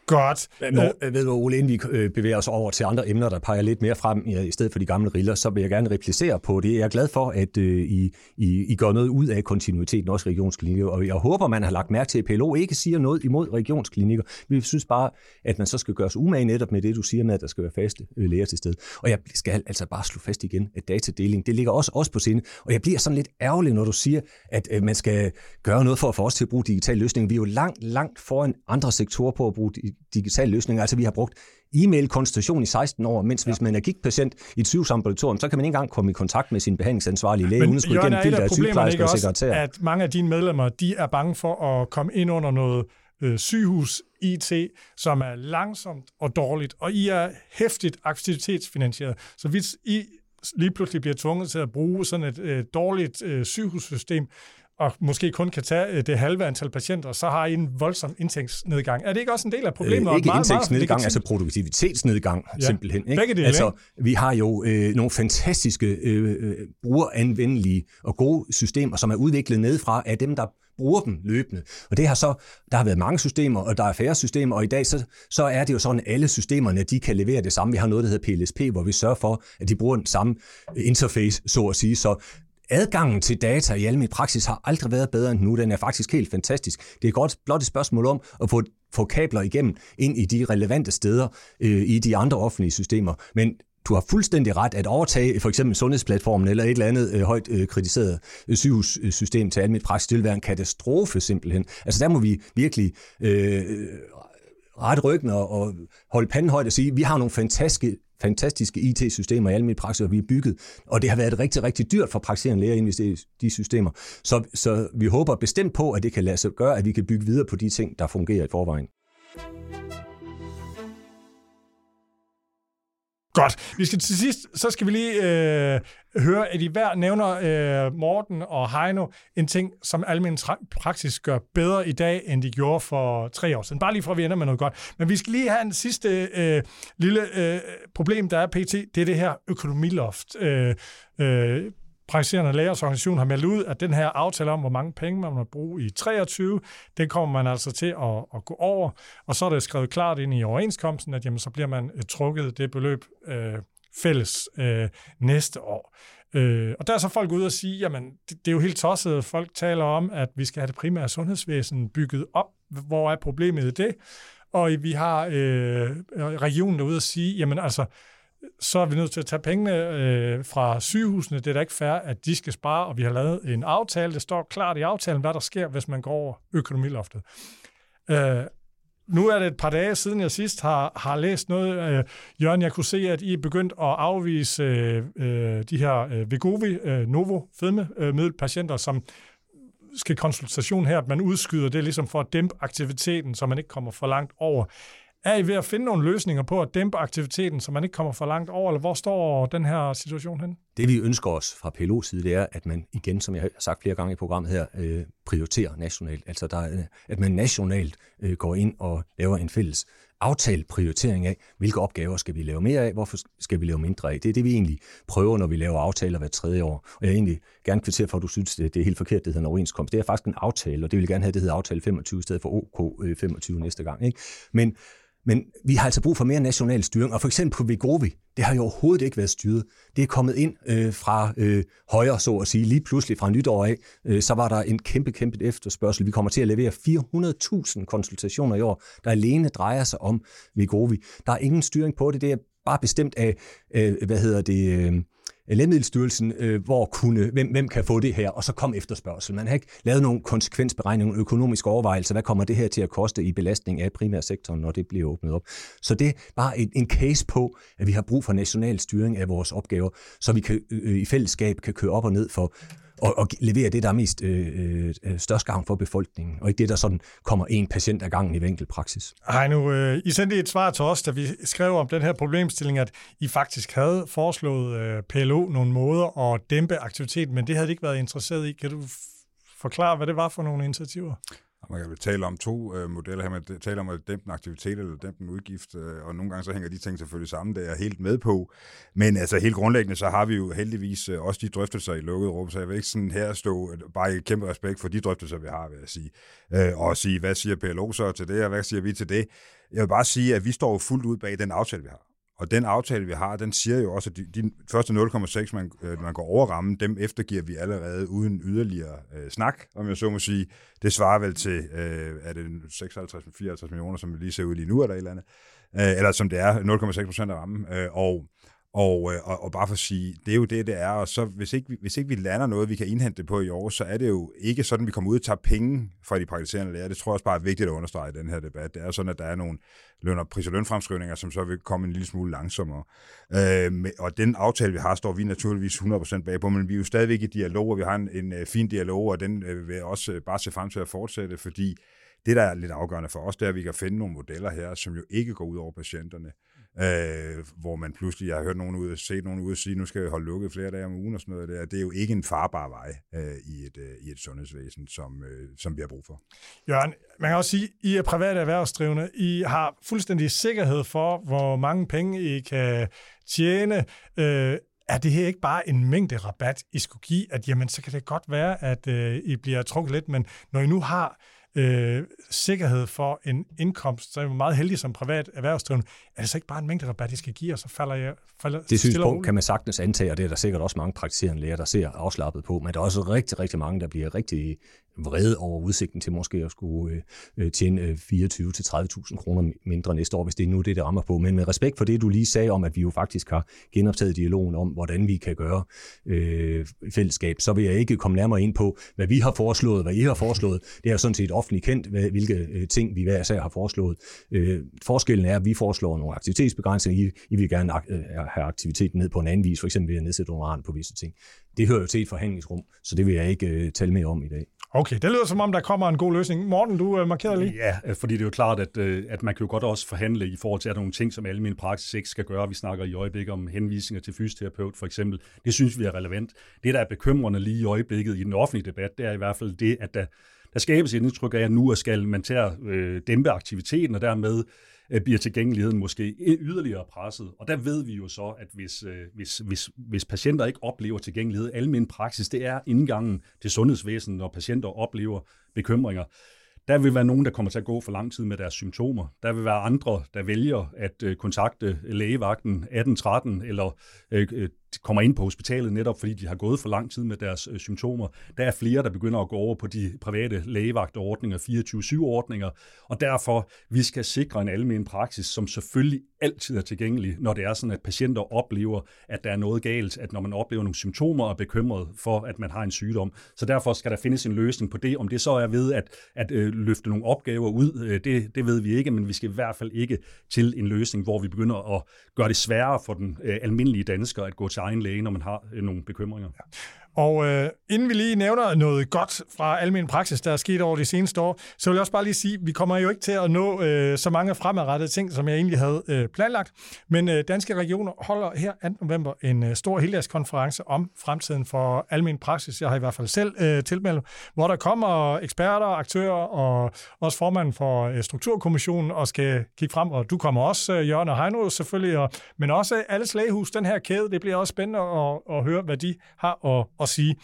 Speaker 4: Godt.
Speaker 5: Ved du, Ole, inden vi bevæger os over til andre emner, der peger lidt mere frem i stedet for de gamle riller, så vil jeg gerne replicere på det. Jeg er glad for, at I gør noget ud af kontinuiteten, også regionsklinikker, og jeg håber, man har lagt mærke til, at PLO ikke siger noget imod regionsklinikker. Vi synes bare, at man så skal gøre sig umage netop med det, du siger med, at der skal være faste læger til stede. Og jeg skal altså bare slå fast igen, at datadeling, det ligger også på sinde. Og jeg bliver sådan lidt ærgerlig, når du siger, at man skal gøre noget for at få os til at bruge digitale løsninger. Vi er jo langt foran andre sektorer på at bruge digitale løsninger. Altså, vi har brugt e-mail-konsultation i 16 år, mens hvis man er gigtpatient i et sygehusambulatorium, så kan man ikke engang komme i kontakt med sin behandlingsansvarlige læge, uden at skulle igennem filter af sygeplejersker og sekretærer.
Speaker 4: At mange af dine medlemmer, de er bange for at komme ind under noget sygehus-IT, som er langsomt og dårligt, og I er hæftigt aktivitetsfinansieret. Så hvis I lige pludselig bliver tvunget til at bruge sådan et dårligt sygehussystem, og måske kun kan tage det halve antal patienter, så har I en voldsom indtægtsnedgang. Er det ikke også en del af problemet?
Speaker 5: Ikke indtægtsnedgang, altså produktivitetsnedgang, simpelthen. Ikke?
Speaker 4: Begge dele,
Speaker 5: altså, vi har jo nogle fantastiske, brugeranvendelige og gode systemer, som er udviklet nedefra af dem, der bruger dem løbende. Og det har så, der har været mange systemer, og der er færre systemer, og i dag så er det jo sådan, at alle systemerne, de kan levere det samme. Vi har noget, der hedder PLSP, hvor vi sørger for, at de bruger den samme interface, så at sige. Så adgangen til data i almen praksis har aldrig været bedre end nu. Den er faktisk helt fantastisk. Det er godt blot et spørgsmål om at få kabler igennem ind i de relevante steder i de andre offentlige systemer. Men du har fuldstændig ret at overtage for eksempel sundhedsplatformen eller et eller andet højt kritiseret sygehussystem til almen praksis. Det vil være en katastrofe simpelthen. Altså der må vi virkelig rette ryggen og holde panden højt og sige, at vi har nogle fantastiske IT-systemer i almen praksis, og vi er bygget, og det har været rigtig, rigtig dyrt for praktiserende læger at investere i de systemer. Så vi håber bestemt på, at det kan lade sig gøre, at vi kan bygge videre på de ting, der fungerer i forvejen.
Speaker 4: Godt. Vi skal til sidst, så skal vi lige høre, at I hver nævner Morten og Heino en ting, som almen praksis gør bedre i dag, end de gjorde for 3 år siden. Bare lige for, at vi ender med noget godt. Men vi skal lige have en sidste lille problem, der er pt. Det er det her økonomiloft. Praktiserende lægers organisation har meldt ud, at den her aftale om, hvor mange penge man må bruge i 23, den kommer man altså til at gå over. Og så er det skrevet klart ind i overenskomsten, at jamen, så bliver man trukket det beløb fælles næste år. Og der er så folk ude og sige, jamen det er jo helt tosset. Folk taler om, at vi skal have det primære sundhedsvæsen bygget op. Hvor er problemet i det? Og vi har regionen derude at sige, jamen altså, så er vi nødt til at tage pengene fra sygehusene. Det er da ikke fair, at de skal spare, og vi har lavet en aftale. Det står klart i aftalen, hvad der sker, hvis man går over økonomiloftet. Nu er det et par dage siden, jeg sidst har læst noget. Jørgen, jeg kunne se, at I er begyndt at afvise de her Wegovy, Novo fedmemiddelpatienter, som skal konsultation her, at man udskyder det ligesom for at dæmpe aktiviteten, så man ikke kommer for langt over. Er I ved at finde nogle løsninger på at dæmpe aktiviteten, så man ikke kommer for langt over, eller hvor står den her situation hen? Det
Speaker 5: vi ønsker os fra PLO's side, det er, at man igen, som jeg har sagt flere gange i programmet her, prioriterer nationalt. Altså at man nationalt går ind og laver en fælles aftalt prioritering af, hvilke opgaver skal vi lave mere af, hvorfor skal vi lave mindre af. Det er det, vi egentlig prøver, når vi laver aftaler hver 3. år. Og jeg er egentlig gerne kvittere for, at du synes, det er helt forkert, det hedder en overenskomst. Det er faktisk en aftale, og det vil jeg gerne have, det hedder aftale 25 i stedet for OK 25 næste gang. Ikke? Men vi har altså brug for mere national styring, og for eksempel på Wegovy, det har jo overhovedet ikke været styret. Det er kommet ind fra højre, så at sige, lige pludselig fra nytår af, så var der en kæmpe efterspørgsel. Vi kommer til at levere 400.000 konsultationer i år, der alene drejer sig om Wegovy. Der er ingen styring på det, det er bare bestemt af, Lægemiddelstyrelsen, hvem kan få det her, og så kom efterspørgsel. Man har ikke lavet nogen konsekvensberegning, nogen økonomiske overvejelser. Hvad kommer det her til at koste i belastning af primærsektoren, når det bliver åbnet op? Så det er bare en case på, at vi har brug for national styring af vores opgaver, så vi kan, i fællesskab kan køre op og ned for og levere det, der er mest størst gavn for befolkningen, og ikke det, der sådan kommer en patient ad gangen i hver enkelt praksis.
Speaker 4: Hej nu, I sendte et svar til os, da vi skrev om den her problemstilling, at I faktisk havde foreslået PLO nogle måder at dæmpe aktiviteten, men det havde de ikke været interesseret i. Kan du forklare, hvad det var for nogle initiativer?
Speaker 6: Man kan vel tale om to modeller her. Man taler om at dæmpe en aktivitet eller dæmpe en udgift, og nogle gange så hænger de ting selvfølgelig sammen, det er jeg helt med på. Men altså helt grundlæggende, så har vi jo heldigvis også de drøftelser i lukket rum, så jeg vil ikke sådan her stå bare i kæmpe respekt for de drøftelser, vi har, vil jeg sige. Og sige, hvad siger PLO så til det, og hvad siger vi til det? Jeg vil bare sige, at vi står fuldt ud bag den aftale, vi har. Og den aftale, vi har, den siger jo også, at de første 0,6, man går over rammen, dem eftergiver vi allerede uden yderligere snak, om jeg så må sige. Det svarer vel til, er det 56-54 millioner, som vi lige ser ud lige nu, eller et eller andet. Eller som det er, 0,6% af rammen. Og bare for at sige, det er jo det er, og så hvis ikke vi lander noget, vi kan indhente det på i år, så er det jo ikke sådan, vi kommer ud og tager penge fra de praktiserende læger. Det tror jeg også bare er vigtigt at understrege i den her debat. Det er sådan, at der er nogle pris- og lønfremskrivninger, som så vil komme en lille smule langsommere. Og den aftale, vi har, står vi naturligvis 100% bag på, men vi er jo stadigvæk i dialog, og vi har en fin dialog, og den vil jeg også bare se frem til at fortsætte, fordi det, der er lidt afgørende for os, det er, at vi kan finde nogle modeller her, som jo ikke går ud over patienterne. Hvor man pludselig, jeg har hørt nogen ude at sige, nu skal vi holde lukket flere dage om ugen og sådan noget der. Det er jo ikke en farbar vej i et sundhedsvæsen, som vi har brug for. Jørgen,
Speaker 4: man kan også sige, I er private erhvervsdrivende. I har fuldstændig sikkerhed for, hvor mange penge I kan tjene. Er det her ikke bare en mængde rabat, I skulle give, at jamen, så kan det godt være, at I bliver trukket lidt, men når I nu har sikkerhed for en indkomst, så er jeg meget heldig som privat erhvervsdrivende. Er det så ikke bare en mængde rabat, I skal give, og så falder jeg
Speaker 5: det synspunkt kan man sagtens antage, og det er der sikkert også mange praktiserende læger, der ser afslappet på, men der er også rigtig, rigtig mange, der bliver rigtig vrede over udsigten til måske at skulle tjene 24-30.000 kroner mindre næste år, hvis det er nu det rammer på. Men med respekt for det, du lige sagde om, at vi jo faktisk har genoptaget dialogen om, hvordan vi kan gøre fællesskab, så vil jeg ikke komme nærmere ind på, hvad vi har foreslået, hvad I har foreslået. Det er jo sådan set offentligt kendt, hvilke ting vi hver især har foreslået. Forskellen er, at vi foreslår nogle aktivitetsbegrænsninger. I vil gerne have aktiviteten ned på en anden vis, for eksempel ved at nedsætte honoraren på visse ting. Det hører jo til et forhandlingsrum, så det vil jeg ikke tale mere om i dag.
Speaker 4: Okay, det lyder som om, der kommer en god løsning. Morten, du markerer lige.
Speaker 7: Ja, fordi det er jo klart, at man kan jo godt også forhandle i forhold til, at der er nogle ting, som almen praksis ikke skal gøre. Vi snakker i øjeblikket om henvisninger til fysioterapeut, for eksempel. Det synes vi er relevant. Det, der er bekymrende lige i øjeblikket i den offentlige debat, det er i hvert fald det, at der skabes et indtryk af, at nu skal man til at dæmpe aktiviteten, og dermed bliver tilgængeligheden måske yderligere presset. Og der ved vi jo så, at hvis patienter ikke oplever tilgængelighed, almen praksis, det er indgangen til sundhedsvæsenet, når patienter oplever bekymringer. Der vil være nogen, der kommer til at gå for lang tid med deres symptomer. Der vil være andre, der vælger at kontakte lægevagten 1813 eller kommer ind på hospitalet netop, fordi de har gået for lang tid med deres symptomer. Der er flere, der begynder at gå over på de private lægevagtordninger, 24/7-ordninger, og derfor vi skal sikre en almen praksis, som selvfølgelig altid er tilgængelig, når det er sådan, at patienter oplever, at der er noget galt, at når man oplever nogle symptomer og er bekymret for, at man har en sygdom. Så derfor skal der findes en løsning på det. Om det så er ved at løfte nogle opgaver ud, det ved vi ikke, men vi skal i hvert fald ikke til en løsning, hvor vi begynder at gøre det sværere for den almindelige dansker at gå til egen læge, når man har nogle bekymringer. Ja.
Speaker 4: Og inden vi lige nævner noget godt fra almen praksis, der er sket over de seneste år, så vil jeg også bare lige sige, at vi kommer jo ikke til at nå så mange fremadrettede ting, som jeg egentlig havde planlagt. Men Danske Regioner holder her 2. november en stor heldagskonference om fremtiden for almen praksis. Jeg har i hvert fald selv tilmeldt, hvor der kommer eksperter, aktører og også formanden for Strukturkommissionen og skal kigge frem. Og du kommer også, Jørgen og Heino selvfølgelig, men også Alles Lægehus, den her kæde. Det bliver også spændende at høre, hvad de har at sige.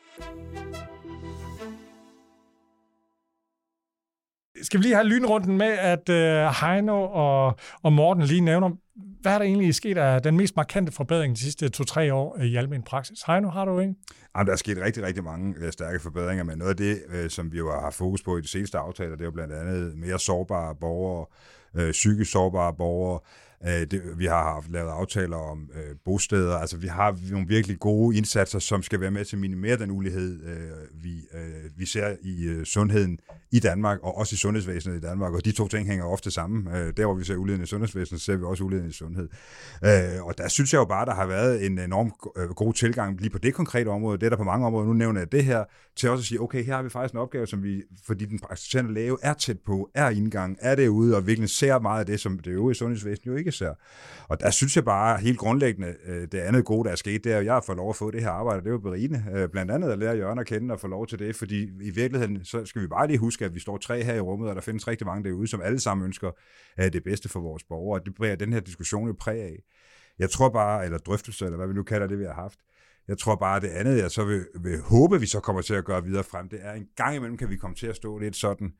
Speaker 4: Skal vi lige have lynrunden med, at Heino og Morten lige nævner, hvad er der egentlig sket af den mest markante forbedring de sidste 2-3 år i almen praksis? Heino, har du ikke?
Speaker 6: Jamen, der er sket rigtig, rigtig mange stærke forbedringer, men noget af det, som vi jo har fokus på i de seneste aftaler, det er jo blandt andet mere sårbare borgere, psykisk sårbare borgere. Vi har lavet aftaler om bosteder, altså vi har nogle virkelig gode indsatser, som skal være med til at minimere den ulighed, vi ser i sundheden i Danmark, og også i sundhedsvæsenet i Danmark, og de to ting hænger ofte sammen. Der, hvor vi ser uligheden i sundhedsvæsenet, ser vi også uligheden i sundhed. Og der synes jeg jo bare, der har været en enorm god tilgang lige på det konkrete område, det er der på mange områder, nu nævner jeg det her, til også at sige, okay, her har vi faktisk en opgave, som vi, fordi den praktiserende læge er tæt på, er indgang, er derude, og virkelig ser meget af det, som det øvrige sundhedsvæsen jo ikke lykkes her. Og der synes jeg bare helt grundlæggende, det andet gode, der er sket, det er, at jeg har fået lov at få det her arbejde. Det var berigende. Blandt andet at lære Jørgen at kende og få lov til det, fordi i virkeligheden, så skal vi bare lige huske, at vi står 3 her i rummet, og der findes rigtig mange derude, som alle sammen ønsker det bedste for vores borgere. Og det bærer den her diskussion jo præg af. Jeg tror bare, eller drøftelse, eller hvad vi nu kalder det, vi har haft. Jeg tror bare, at det andet, jeg så vil håbe, vi så kommer til at gøre videre frem, det er en gang imellem, kan vi komme til at stå lidt sådan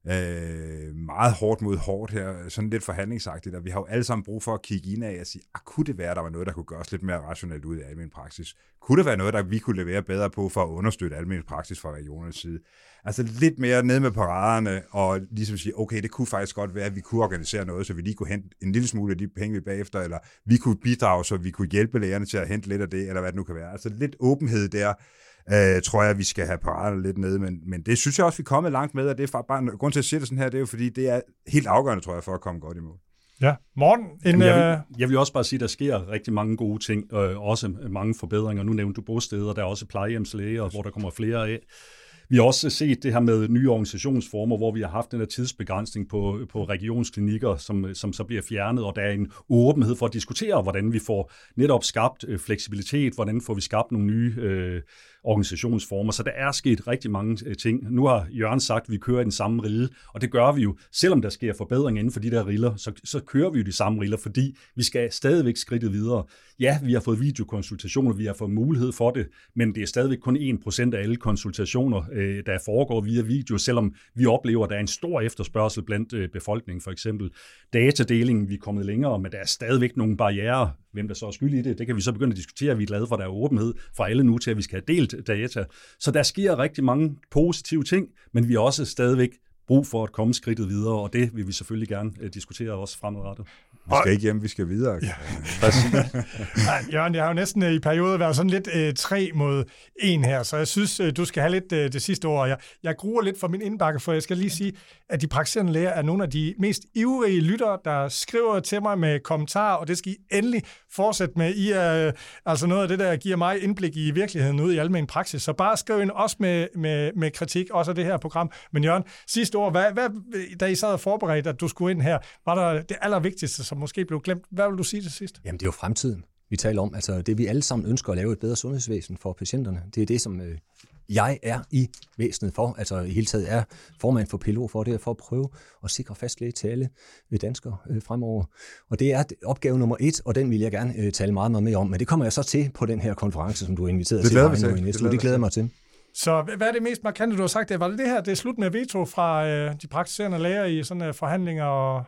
Speaker 6: meget hårdt mod hårdt her, sådan lidt forhandlingsagtigt, og vi har jo alle sammen brug for at kigge ind af og sige, kunne det være, der var noget, der kunne gøres lidt mere rationelt ud af almen praksis? Kunne det være noget, der vi kunne levere bedre på for at understøtte almen praksis fra regionernes side? Altså lidt mere ned med paraderne og ligesom sige, okay, det kunne faktisk godt være, at vi kunne organisere noget, så vi lige kunne hente en lille smule af de penge, vi bagefter, eller vi kunne bidrage, så vi kunne hjælpe lærerne til at hente lidt af det, eller hvad det nu kan være. Altså lidt åbenhed der, tror jeg, vi skal have paraderne lidt nede, men det synes jeg også, vi er kommet langt med, og det er bare grund til at sige det sådan her, det er jo fordi, det er helt afgørende, tror jeg, for at komme godt i mål.
Speaker 4: Ja, Morten?
Speaker 7: Jeg vil også bare sige, at der sker rigtig mange gode ting, også mange forbedringer. Nu nævnte du bosteder, der er også plejehjemslæger, hvor der kommer flere af. Vi har også set det her med nye organisationsformer, hvor vi har haft den her tidsbegrænsning på regionsklinikker, som så bliver fjernet, og der er en åbenhed for at diskutere, hvordan vi får netop skabt fleksibilitet, hvordan får vi skabt nogle nye organisationsformer. Så der er sket rigtig mange ting. Nu har Jørgen sagt, at vi kører i den samme rille, og det gør vi jo. Selvom der sker forbedringer inden for de der riller, så kører vi jo de samme riller, fordi vi skal stadigvæk skridtet videre. Ja, vi har fået videokonsultationer, vi har fået mulighed for det, men det er stadigvæk kun 1% af alle konsultationer, der foregår via video, selvom vi oplever, at der er en stor efterspørgsel blandt befolkningen. For eksempel datadelingen, vi er kommet længere, men der er stadigvæk nogle barrierer. Hvem der så er skyld i det, det kan vi så begynde at diskutere. Vi er glade for, at der er åbenhed fra alle nu til, at vi skal have delt data. Så der sker rigtig mange positive ting, men vi har også stadigvæk brug for at komme skridtet videre, og det vil vi selvfølgelig gerne diskutere også fremadrettet.
Speaker 6: Vi skal ikke hjem, vi skal videre.
Speaker 4: Ja. Jørgen, jeg har jo næsten i perioder været sådan lidt 3 mod 1 her, så jeg synes, du skal have lidt det sidste ord. Jeg gruer lidt for min indbakke, for jeg skal lige sige, at de praktiserende læger er nogle af de mest ivrige lyttere, der skriver til mig med kommentarer, og det skal I endelig fortsætte med. I er altså noget af det, der giver mig indblik i virkeligheden ude i almen praksis. Så bare skriv ind også med kritik, også af det her program. Men Jørgen, sidste ord, hvad, da I sad og forberedt, at du skulle ind her, var der det allervigtigste, som måske blev glemt? Hvad vil du sige til sidst?
Speaker 5: Jamen, det er jo fremtiden, vi taler om. Altså, det vi alle sammen ønsker at lave et bedre sundhedsvæsen for patienterne. Det er det, som jeg er i væsenet for. Altså, i hele taget er formand for PLO for det, for at prøve at sikre fastlæge til alle danskere fremover. Og det er opgave nummer 1, og den vil jeg gerne tale meget, meget mere om. Men det kommer jeg så til på den her konference, som du er inviteret til. Det glæder mig til.
Speaker 4: Så hvad er det mest markante, du har sagt? Var det her, det er slut med veto fra de praktiserende læger i sådan forhandlinger og...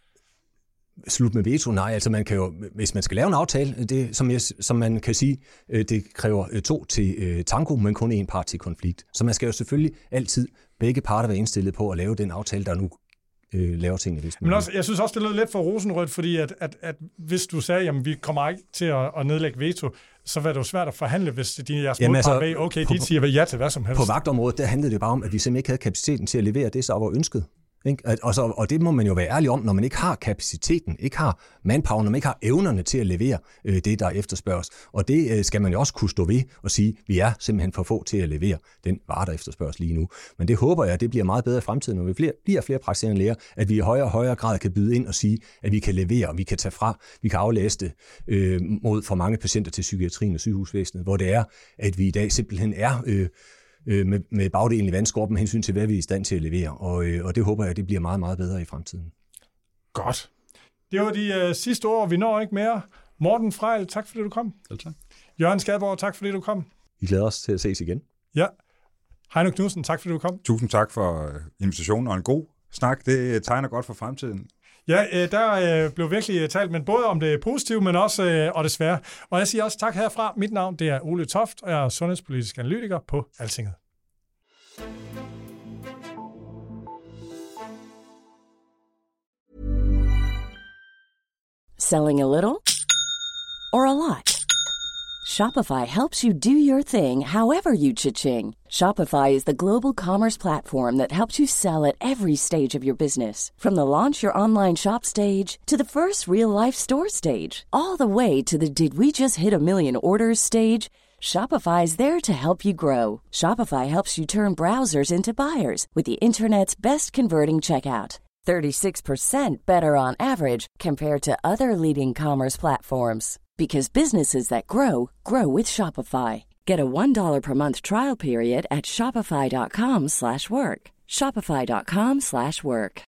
Speaker 5: Slut med veto? Nej, altså man kan jo, hvis man skal lave en aftale, det, som man kan sige, det kræver 2 til tango, men kun 1 part til konflikt. Så man skal jo selvfølgelig altid begge parter være indstillet på at lave den aftale, der nu laver tingene.
Speaker 4: Men også, jeg synes også, det lød lidt for rosenrødt, fordi at hvis du sagde, jamen vi kommer ikke til at nedlægge veto, så var det jo svært at forhandle, hvis jeres modpart bag, okay, de siger ja til hvad som helst.
Speaker 5: På vagtområdet, der handlede det bare om, at vi simpelthen ikke havde kapaciteten til at levere det, så var ønsket. Og det må man jo være ærlig om, når man ikke har kapaciteten, ikke har manpower, når man ikke har evnerne til at levere det, der efterspørges. Og det skal man jo også kunne stå ved og sige, vi er simpelthen for få til at levere den vare, der efterspørges lige nu. Men det håber jeg, at det bliver meget bedre i fremtiden, når vi bliver flere praktiserende læger, at vi i højere og højere grad kan byde ind og sige, at vi kan levere, vi kan tage fra, vi kan aflaste mod for mange patienter til psykiatrien og sygehusvæsenet, hvor det er, at vi i dag simpelthen er... med bagdelen i vandskorpen med hensyn til, hvad vi er i stand til at levere. Og det håber jeg, det bliver meget, meget bedre i fremtiden.
Speaker 4: Godt. Det var de sidste ord, vi når ikke mere. Morten Frejl, tak fordi du kom.
Speaker 7: Selv tak.
Speaker 4: Jørgen Skadborg, tak fordi du kom.
Speaker 5: Vi glæder os til at ses igen.
Speaker 4: Ja. Heino Knudsen, tak fordi du kom.
Speaker 6: Tusind tak for invitationen og en god snak. Det tegner godt for fremtiden.
Speaker 4: Ja, der blev virkelig talt, men både om det positive, men også og det svære. Og jeg siger også tak herfra. Mit navn det er Ole Toft, og jeg er sundhedspolitisk analytiker på Altinget.
Speaker 8: Selling a little or a lot? Shopify helps you do your thing however you cha-ching. Shopify is the global commerce platform that helps you sell at every stage of your business. From the launch your online shop stage to the first real-life store stage, all the way to the did we just hit a million orders stage. Shopify is there to help you grow. Shopify helps you turn browsers into buyers with the internet's best converting checkout. 36% better on average compared to other leading commerce platforms. Because businesses that grow, grow with Shopify. Get a $1 per month trial period at shopify.com/work. Shopify.com/work.